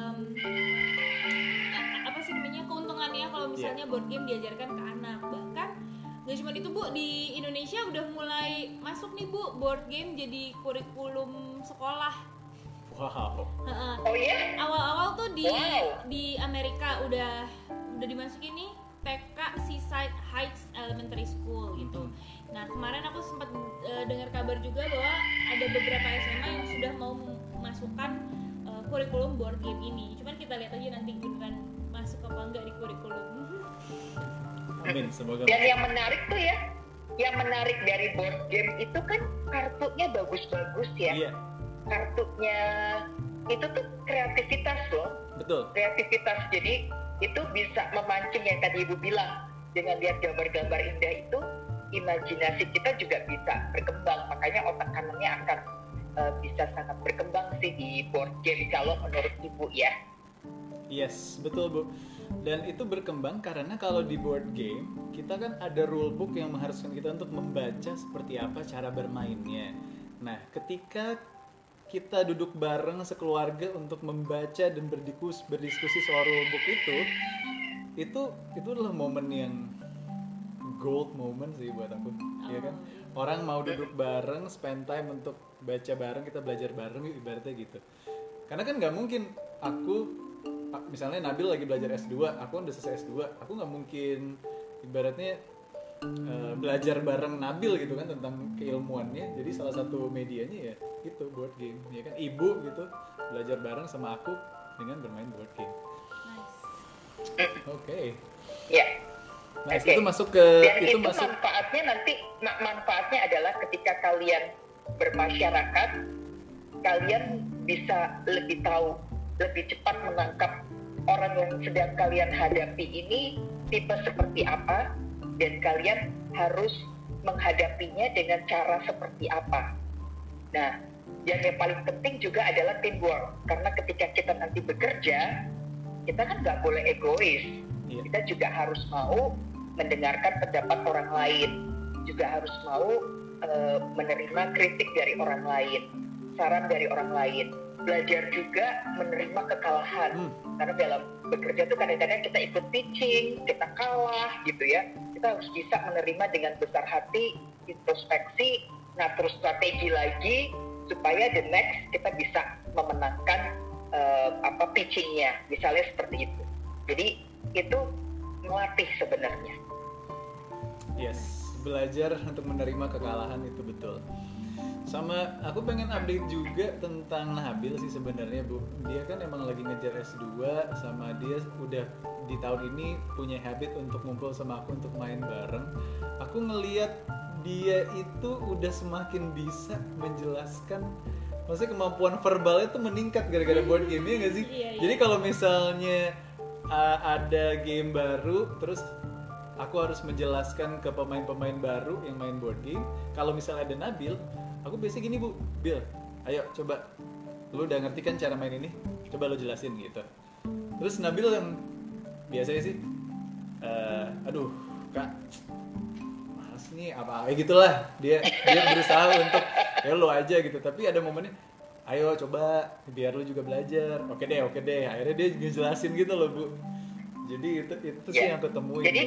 apa sih namanya, keuntungannya kalau misalnya board game diajarkan ke anak. Bahkan gak cuma itu Bu, di Indonesia udah mulai masuk nih Bu board game jadi kurikulum sekolah. Wow. Oh ya? Awal-awal tuh di Amerika udah dimasukin nih TK Seaside Heights Elementary School gitu. Nah kemarin aku sempat dengar kabar juga bahwa ada beberapa SMA yang sudah mau memasukkan kurikulum board game ini. Cuman kita lihat aja nanti beneran masuk apa enggak di kurikulum. Amin, semoga. Dan yang menarik tuh ya, yang menarik dari board game itu kan kartunya bagus-bagus ya. Iya. Kartunya itu tuh kreativitas loh. Betul. Kreativitas, jadi itu bisa memancing yang tadi Ibu bilang. Dengan lihat gambar-gambar indah itu, imajinasi kita juga bisa berkembang. Makanya otak kanannya akan bisa sangat berkembang sih di board game kalau menurut Ibu ya. Yes, betul Bu. Dan itu berkembang karena kalau di board game kita kan ada rule book yang mengharuskan kita untuk membaca seperti apa cara bermainnya. Nah, ketika kita duduk bareng sekeluarga untuk membaca dan berdiskusi soal rule book itu adalah momen yang gold moment sih buat aku, ya kan? Orang mau duduk bareng, spend time untuk baca bareng, kita belajar bareng, ibaratnya gitu. Karena kan nggak mungkin misalnya Nabil lagi belajar S2, aku udah selesai S2, aku nggak mungkin ibaratnya belajar bareng Nabil gitu kan tentang keilmuannya. Jadi salah satu medianya ya itu board game, ya kan? Ibu gitu belajar bareng sama aku dengan bermain board game. Nice. Oke. Ya. Nice. Oke. Itu masuk ke Dan itu masuk manfaatnya nanti manfaatnya adalah ketika kalian bermasyarakat, kalian bisa lebih tahu, lebih cepat menangkap orang yang sedang kalian hadapi ini tipe seperti apa, dan kalian harus menghadapinya dengan cara seperti apa. Nah, yang paling penting juga adalah teamwork, karena ketika kita nanti bekerja, kita kan nggak boleh egois. Iya. Kita juga harus mau mendengarkan pendapat orang lain, juga harus mau menerima kritik dari orang lain, saran dari orang lain, belajar juga menerima kekalahan. Karena dalam bekerja tuh kadang-kadang kita ikut pitching, kita kalah gitu ya. Kita harus bisa menerima dengan besar hati, introspeksi, ngatur strategi lagi supaya the next kita bisa memenangkan pitchingnya, misalnya seperti itu. Jadi itu melatih sebenarnya. Yes, belajar untuk menerima kekalahan itu betul. Sama aku pengen update juga tentang Nabil sih sebenarnya, Bu. Dia kan emang lagi ngejar S2, sama dia udah di tahun ini punya habit untuk ngumpul sama aku untuk main bareng. Aku ngelihat dia itu udah semakin bisa menjelaskan, maksudnya kemampuan verbalnya tuh meningkat gara-gara board game, ya nggak sih? Iya. Jadi kalau misalnya ada game baru, terus aku harus menjelaskan ke pemain-pemain baru yang main board game. Kalau misalnya ada Nabil, aku biasanya gini, Bu, Bil, ayo coba, lu udah ngerti kan cara main ini? Coba lu jelasin gitu. Terus Nabil yang biasanya sih, aduh Kak, males nih apa gitulah. Dia berusaha untuk ya lu aja gitu. Tapi ada momennya, ayo coba biar lu juga belajar. Oke deh. Akhirnya dia ngejelasin gitu loh, Bu. Jadi itu sih yang aku temuin. Jadi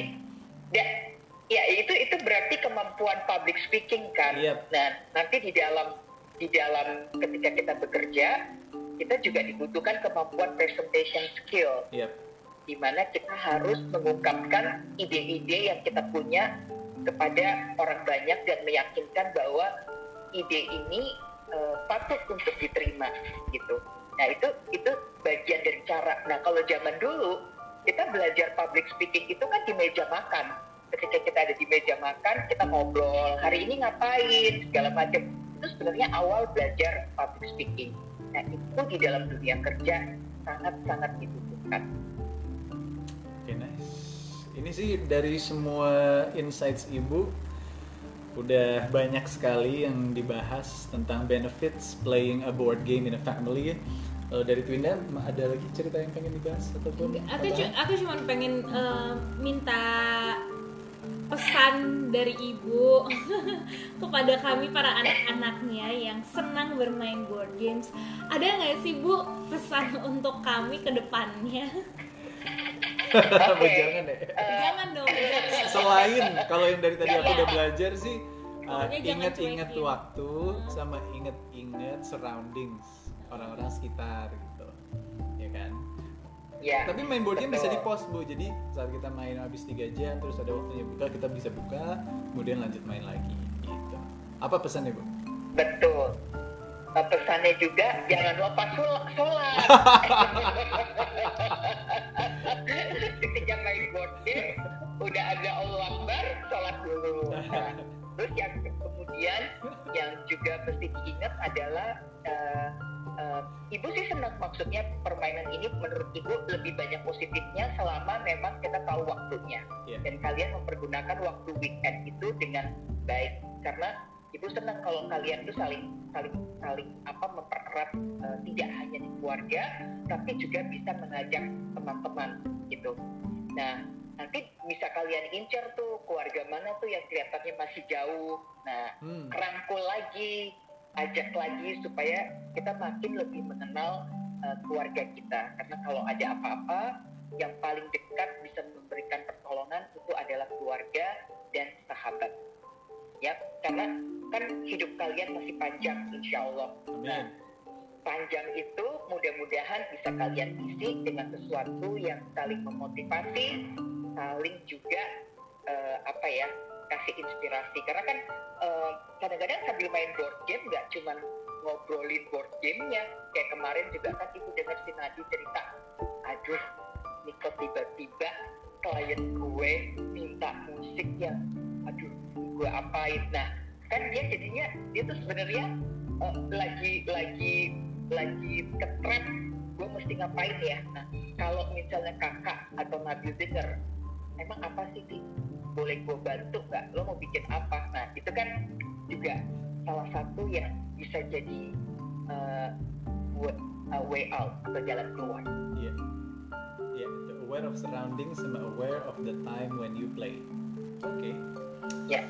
ya itu berarti kemampuan public speaking kan. Yep. Nah, nanti di dalam ketika kita bekerja, kita juga dibutuhkan kemampuan presentation skill. Yep. Di mana kita harus mengungkapkan ide-ide yang kita punya kepada orang banyak dan meyakinkan bahwa ide ini patut untuk diterima gitu. Nah, itu bagian dari cara. Nah, kalau zaman dulu kita belajar public speaking itu kan di meja makan. Ketika kita ada di meja makan, kita ngobrol, hari ini ngapain, segala macam. Itu sebenarnya awal belajar public speaking. Nah, itu di dalam dunia kerja sangat-sangat dibutuhkan. Oke, nice. Ini sih dari semua insights Ibu udah banyak sekali yang dibahas tentang benefits playing a board game in a family. Dari Twinda ada lagi cerita yang pengen dibahas ataupun? Aku cuma pengen minta pesan dari Ibu kepada kami para anak-anaknya yang senang bermain board games. Ada nggak sih, Bu, pesan untuk kami ke depannya? Jangan deh. Jangan dong. Selain kalau yang dari tadi aku udah belajar sih, Pokoknya jangan ingat-ingat cuekin. waktu sama ingat-ingat surroundings, orang-orang sekitar gitu, ya kan? Ya, Tapi main board game bisa betul. di pause, Bu. Jadi saat kita main habis 3 jam terus ada waktunya buka, kita bisa buka, kemudian lanjut main lagi gitu. Apa pesannya, Bu? Betul. Pesannya juga jangan lupa sholat. Ketika main board game udah ada Allah Akbar, sholat dulu. Nah, terus yang kemudian yang juga mesti diingat adalah Ibu sih senang, maksudnya permainan ini menurut Ibu lebih banyak positifnya selama memang kita tahu waktunya. Yeah. Dan kalian mempergunakan waktu weekend itu dengan baik, karena Ibu senang kalau kalian tuh saling mempererat, tidak hanya di keluarga tapi juga bisa mengajak teman-teman gitu. Nah, nanti bisa kalian incar tuh keluarga mana tuh yang kelihatannya masih jauh. Nah, rangkul lagi, ajak lagi supaya kita makin lebih mengenal keluarga kita. Karena kalau ada apa-apa, yang paling dekat bisa memberikan pertolongan itu adalah keluarga dan sahabat. Ya, karena kan hidup kalian masih panjang, insya Allah. Nah, panjang itu mudah-mudahan bisa kalian isi dengan sesuatu yang saling memotivasi, saling juga kasih inspirasi. Karena kan kadang-kadang sambil main board game nggak cuma ngobrolin board gamenya. Kayak kemarin juga kan Ibu dengar si Nadi cerita, aduh, ini kok tiba-tiba klien gue minta musik yang aduh gue apain. Nah kan dia jadinya dia tuh sebenarnya lagi ketrap gue mesti ngapain ya. Nah kalau misalnya kakak atau Nabil denger, emang apa sih Ti? Boleh gue bantu nggak? Lo mau bikin apa? Nah itu kan juga salah satu yang bisa jadi way out atau jalan keluar. Iya, yeah. Aware of surroundings sama aware of the time when you play. Oke. Ya.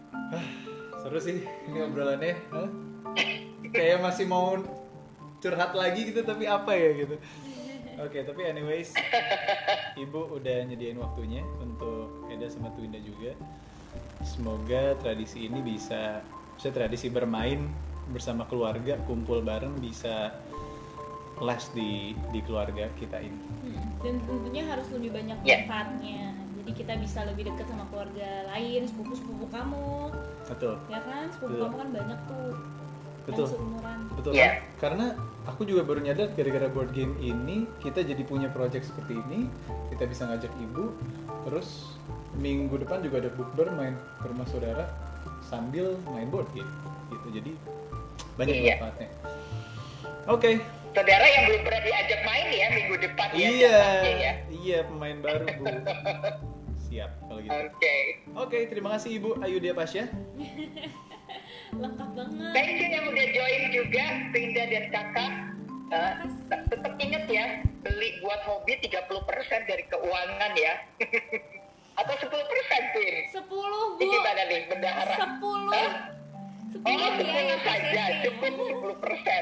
Seru sih ini obrolannya. Huh? Kayak masih mau curhat lagi gitu, tapi apa ya gitu. Oke, tapi anyways, Ibu udah nyediain waktunya untuk Eda sama Twinda juga. Semoga tradisi ini bisa tradisi bermain bersama keluarga, kumpul bareng bisa last di keluarga kita ini. Dan tentunya harus lebih banyak manfaatnya. Jadi kita bisa lebih dekat sama keluarga lain, sepupu-sepupu kamu. Betul. Ya kan, sepupu kamu kan banyak tuh. Betul. Yang seumuran. Betul. Yeah. Karena aku juga baru nyadar gara-gara board game ini kita jadi punya project seperti ini, kita bisa ngajak ibu, terus minggu depan juga ada bukber main ke rumah saudara sambil main board game gitu. Jadi banyak manfaatnya. Oke. Saudara yang belum pernah diajak main ya minggu depan ya. Iya, pemain baru Bu. Siap kalau gitu. Oke, terima kasih Ibu Ayu Dia Pasya. Lengkap banget. Thank you yang udah join juga, Twinda dan kakak. Tetap ingat ya, beli buat hobi 30% dari keuangan ya. Atau 10% Twin? 10 Bu. Ini gimana nih, bendahara? 10 10 saja, cukup 10%.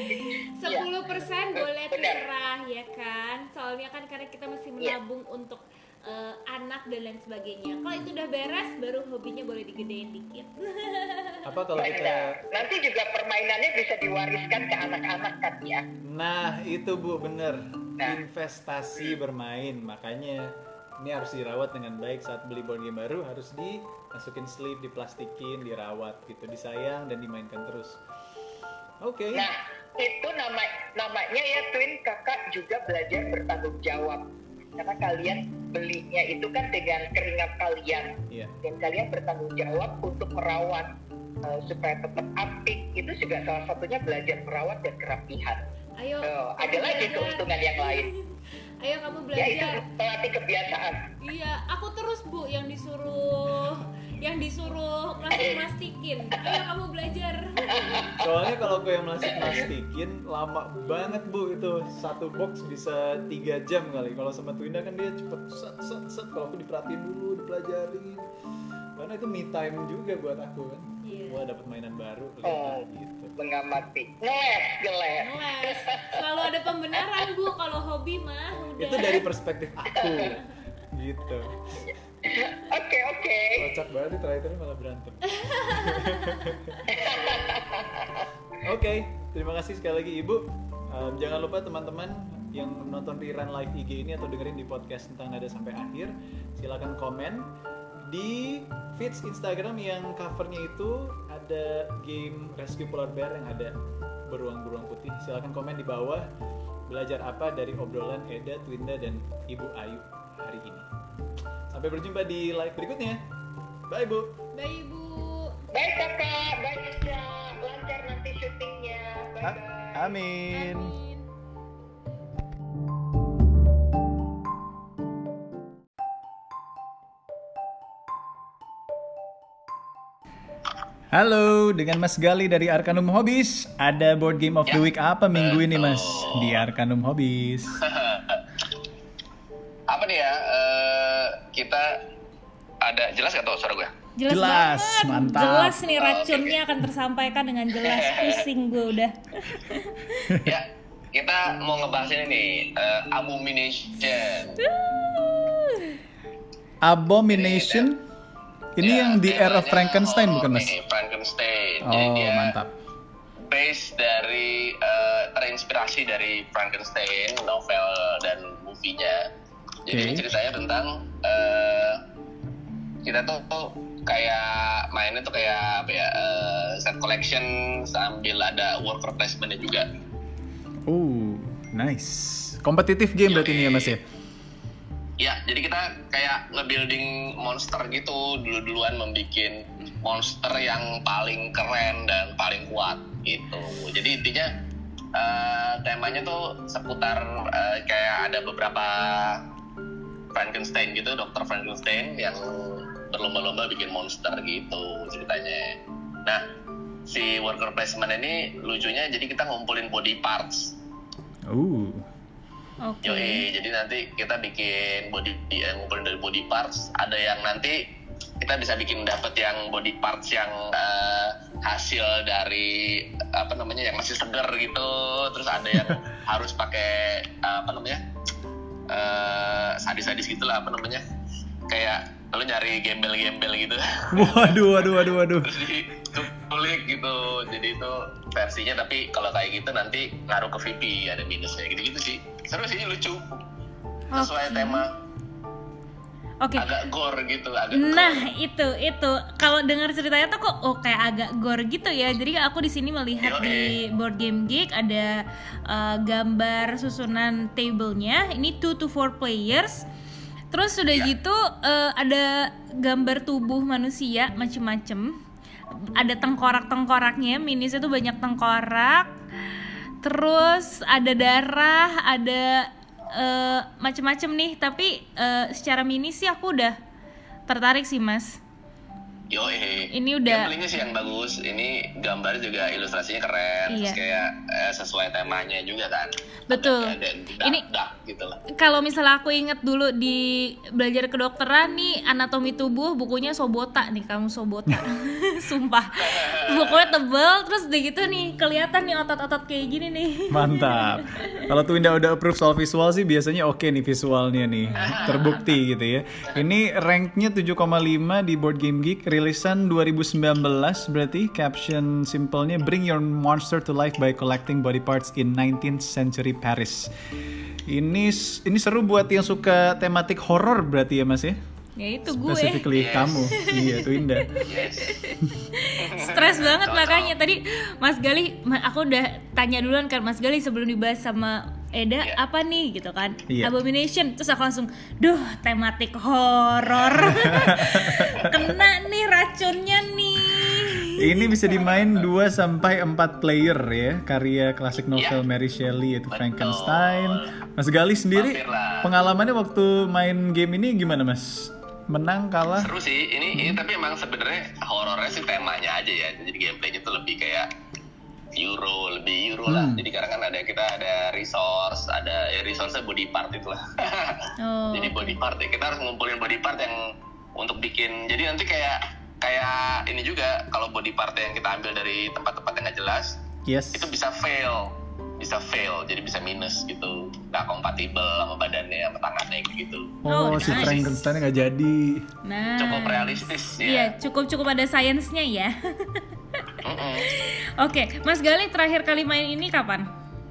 10% boleh terserah ya kan. Soalnya kan karena kita masih menabung untuk anak dan lain sebagainya. Kalau itu udah beres, baru hobinya boleh digedein dikit. Apa kalau kita nanti juga permainannya bisa diwariskan ke anak-anak kan ya? Nah itu Bu, bener. Investasi bermain, makanya ini harus dirawat dengan baik. Saat beli board game baru harus dimasukin sleeve, diplastikin, dirawat gitu, disayang dan dimainkan terus. Oke. Nah itu namanya ya Twin, kakak juga belajar bertanggung jawab. Karena kalian belinya itu kan dengan keringat kalian, dan kalian bertanggung jawab untuk merawat supaya tetap apik. Itu juga salah satunya belajar merawat dan kerapihan. Ayo. Ada lagi keuntungan yang lain. Ayo kamu belajar. Ya itu pelatih kebiasaan. Iya, aku terus Bu yang disuruh plastik-plastikin. Ayo kamu belajar. Soalnya kalau aku yang plastikin lama banget Bu, itu satu box bisa 3 jam kali. Kalau sama Twinda kan dia cepet set. Kalau aku diperhatiin dulu, dipelajarin. Karena itu me time juga buat aku kan. Wah dapat mainan baru gitu. Mengamati. Ngeles. Selalu ada pembenaran Bu kalau hobi mah udah. Itu dari perspektif aku. Gitu. Oke. Kocak banget nih, terakhir malah berantem. Oke, terima kasih sekali lagi Ibu. Jangan lupa teman-teman yang nonton rerun live IG ini atau dengerin di podcast tentang nada sampai akhir, silakan komen di feeds Instagram yang covernya itu ada game Rescue Polar Bear yang ada beruang-beruang putih. Silakan komen di bawah belajar apa dari obrolan Eda, Twinda, dan Ibu Ayu hari ini. Sampai berjumpa di live berikutnya. Bye Bu. Bye Ibu. Bye kakak. Bye Ida. Lancar nanti syutingnya. Bye. Amin. Halo, dengan Mas Gali dari Arcanum Hobbies. Ada board game of the week apa minggu ini Mas di Arcanum Hobbies? Apa nih ya? Kita ada jelas nggak tuh suara gue? Jelas banget. Mantap. Jelas nih racunnya akan tersampaikan dengan jelas. Pusing gue udah. Ya, kita mau ngebahas ini nih, Abomination. Abomination? Ini ya, yang di Heir of Frankenstein bukan Mas? Frankenstein. Oh, jadi dia mantap. Base dari terinspirasi dari Frankenstein, novel dan movie-nya. Jadi ini ceritanya tentang kita tuh kayak mainnya tuh kayak apa ya, set collection sambil ada worker placement-nya juga. Nice. Kompetitif game berarti ini ya Mas ya? Ya, jadi kita kayak nge-building monster gitu, duluan membikin monster yang paling keren dan paling kuat gitu. Jadi intinya temanya tuh seputar kayak ada beberapa Frankenstein gitu, Dr. Frankenstein yang berlomba-lomba bikin monster gitu ceritanya. Nah, si worker placement ini lucunya jadi kita ngumpulin body parts. Oke. Jadi nanti kita bikin ngumpulin dari body parts. Ada yang nanti kita bisa bikin dapet yang body parts yang hasil dari yang masih segar gitu. Terus ada yang harus pakai sadis-sadis gitulah kayak lu nyari gembel-gembel gitu. Waduh. Terus dikulik gitu. Jadi itu versinya, tapi kalau kayak gitu nanti ngaruh ke VP, ada minusnya gitu-gitu sih. Seru sih, lucu. Sesuai tema. Oke. Agak gore gitu, Nah, gore. itu kalau dengar ceritanya tuh kok kayak agak gore gitu ya. Jadi aku di sini melihat di Board Game Geek ada gambar susunan tablenya. Ini 2 to 4 players. Terus sudah gitu ada gambar tubuh manusia macem-macem. Ada tengkorak-tengkoraknya, minisnya tuh banyak tengkorak. Terus ada darah, ada macem-macem nih. Tapi secara mini sih aku udah tertarik sih, Mas. Ini udah gamblingnya sih yang bagus. Ini gambar juga ilustrasinya keren. Iya. Terus kayak sesuai temanya juga kan. Betul. Ini gitu lah. Kalau misalnya aku inget dulu di belajar kedokteran nih, anatomi tubuh bukunya Sobota nih, kamu Sobota. Sumpah. Bukunya tebel, terus udah gitu nih kelihatan nih otot-otot kayak gini nih. Mantap. Kalau Twinda udah approve soal visual sih biasanya oke nih visualnya nih. Terbukti gitu ya. Ini ranknya 7,5 di Board Game Geek, rilisan 2019 berarti. Caption simpelnya Bring your monster to life by collecting body parts in 19th century Paris. Ini seru buat yang suka tematik horor berarti ya Mas ya? Ya itu gue. Specifically kamu. Iya, Twinda. Stres banget makanya tadi Mas Gali, aku udah tanya duluan kan Mas Gali sebelum dibahas sama Eda apa nih gitu kan. Abomination, terus aku langsung tematik horor. Kena nih racunnya nih. Ini bisa dimain 2-4 player ya. Karya klasik novel Mary Shelley yaitu Frankenstein. Mas Gali sendiri pengalamannya waktu main game ini gimana Mas? Menang, kalah? Seru sih. Ini tapi emang sebenarnya horornya sih temanya aja ya. Jadi gameplaynya tuh lebih kayak lebih Euro lah. Jadi karena kan kita ada resource, resource-nya body part itulah. Jadi body part ya. Kita harus ngumpulin body part yang untuk bikin. Jadi nanti kayak ini juga kalau body part yang kita ambil dari tempat-tempat yang nggak jelas, itu bisa fail, jadi bisa minus gitu, nggak kompatibel sama badannya, sama tangannya gitu. Si Frankenstein nggak jadi. Nah, cukup realistis ya. Iya, cukup ada sainsnya ya. Oke, Mas Gali terakhir kali main ini kapan?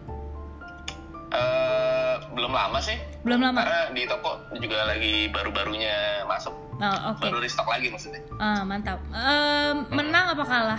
Belum lama sih. Belum lama. Karena di toko juga lagi baru-barunya masuk. Baru restock lagi maksudnya. Mantap. Menang apa kalah?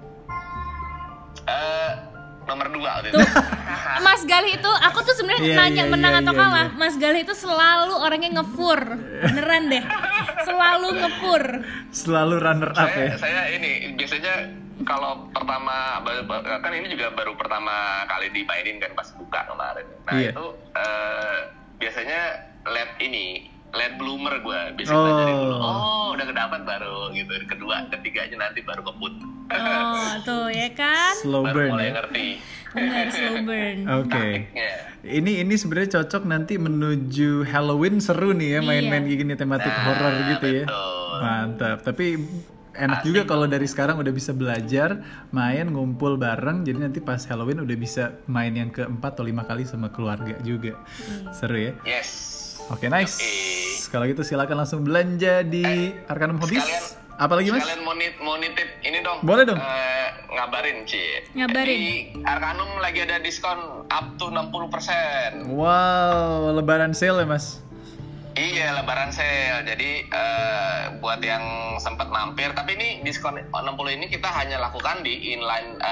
Nomor 2 tuh. Mas Gali itu, aku tuh sebenarnya nanya menang atau kalah. Mas Gali itu selalu orangnya ngefur. Beneran deh. Selalu ngefur. Selalu runner up ya. Saya ini biasanya kalau pertama kan ini juga baru pertama kali dimainin kan pas buka kemarin. Nah itu biasanya late bloomer gue biasanya dari dulu. Udah kedapat baru gitu. Kedua, ketiganya nanti baru kebut. Tuh ya kan. Slow baru burn mulai ya. Ngerti. Benar, slow burn. Oke. Ini sebenarnya cocok nanti menuju Halloween, seru nih ya main-main kayak gini tematik horor gitu ya. Betul. Mantap. Tapi enak juga kalau dari sekarang udah bisa belajar main ngumpul bareng, jadi nanti pas Halloween udah bisa main yang ke 4 atau 5 kali sama keluarga juga. Seru ya. Yes. Oke, nice. Kalau gitu silakan langsung belanja di Arcanum Hobbies. Apalagi Mas? Sekalian mau nitip ini dong. Boleh dong. Ngabarin Ci. Ngabarin. Di Arcanum lagi ada diskon up to 60%. Wow, lebaran sale ya Mas? Iya, lebaran sale. Jadi buat yang sempat mampir, tapi ini diskon 60 ini kita hanya lakukan di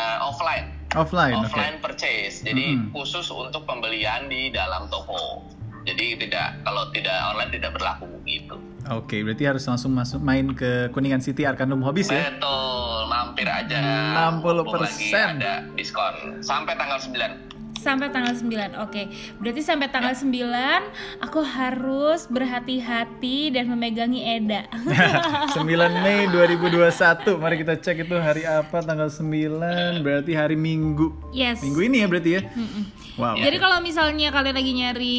Offline purchase. Jadi khusus untuk pembelian di dalam toko. Jadi kalau tidak online tidak berlaku gitu. Oke, berarti harus langsung main ke Kuningan City Arcanum Hobbies ya? Betul, mampir aja. 60%. Mumpung lagi ada diskon sampai tanggal 9. Sampai tanggal 9, oke. Berarti sampai tanggal 9 aku harus berhati-hati dan memegangi Eda. 9 Mei 2021. Mari kita cek itu hari apa, tanggal 9. Berarti hari Minggu. Yes. Minggu ini ya berarti ya? Wow. Jadi kalau misalnya kalian lagi nyari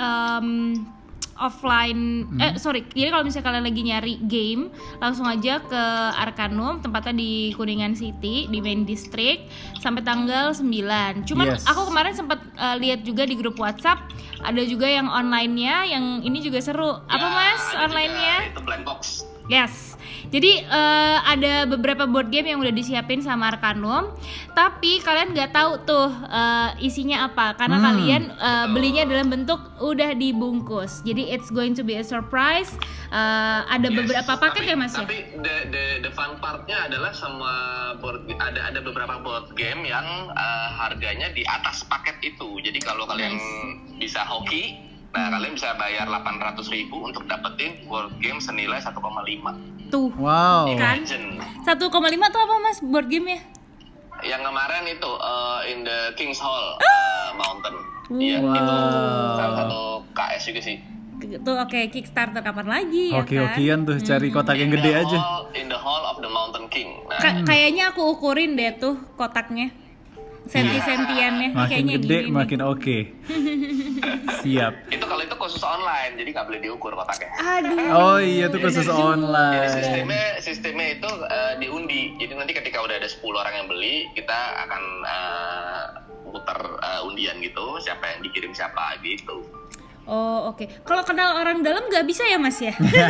offline, jadi kalau misalnya kalian lagi nyari game, langsung aja ke Arcanum, tempatnya di Kuningan City, di Main District, sampai tanggal 9. Cuman Yes. aku kemarin sempat lihat juga di grup WhatsApp, ada juga yang online-nya, yang ini juga seru. Apa mas ada online-nya? juga, itu blind box. Yes, jadi ada beberapa board game yang udah disiapin sama Arcanum, tapi kalian nggak tahu tuh isinya apa, karena kalian belinya dalam bentuk udah dibungkus. Jadi it's going to be a surprise. Ada beberapa paket ya mas ya? Tapi the fun partnya adalah sama ada beberapa board game yang harganya di atas paket itu. Jadi kalau kalian bisa hoki, nah kalian bisa bayar 800.000 untuk dapetin board game senilai 1,5. Tuh, Wow. kan? Imagine. 1,5 tuh apa mas board game ya? Yang kemarin itu in the King's Hall Mountain. Iya, Wow. itu salah satu KS juga sih. Tuh oke, Kickstarter kapan lagi ya kan? Hoki-hokian tuh cari kotak yang gede aja. In the Hall of the Mountain King. Nah, Kayaknya aku ukurin deh tuh kotaknya, senti-sentiannya. Makin Kayaknya gede gini nih. makin oke. Siap. itu kalau itu khusus online, jadi nggak boleh diukur kotaknya. Aduh. Oh iya tuh khusus Jadi online. sistemnya itu diundi. Jadi nanti ketika udah ada 10 orang yang beli, kita akan putar undian gitu, siapa yang dikirim siapa gitu. Oh oke. Kalau kenal orang dalam nggak bisa ya mas ya?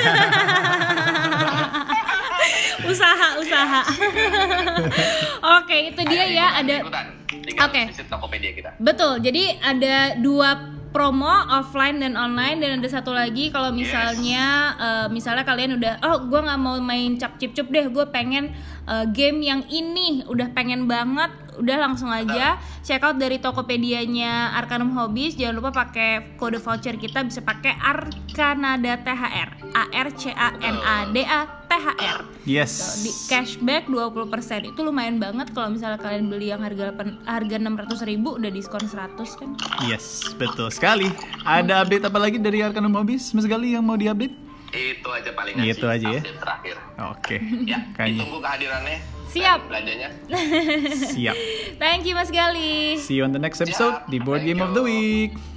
usaha. Oke, itu dia ya, ada. Tinggal Oke. visit Tokopedia kita. Betul. Jadi ada 2 promo offline dan online, dan ada satu lagi kalau misalnya misalnya kalian udah gue nggak mau main cap cip cup deh, gue pengen game yang ini, udah pengen banget, udah langsung aja check out dari Tokopedia-nya Arcanum Hobbies. Jangan lupa pakai kode voucher kita, bisa pakai Arcanada THR, ARCANADA THR. Yes. Di cashback 20%. Itu lumayan banget kalau misalnya kalian beli yang harga 600.000 udah diskon 100 kan. Yes, betul sekali. Ada update apa lagi dari Arcanum Hobbies, Mas Gali, yang mau diupdate? Itu aja paling Itu aja ya? update terakhir. Oke. Ya, Kayaknya ditunggu kehadirannya. Siap. Dan belanjanya. siap. Thank you Mas Gali. See you on the next episode di Board Game of the Week.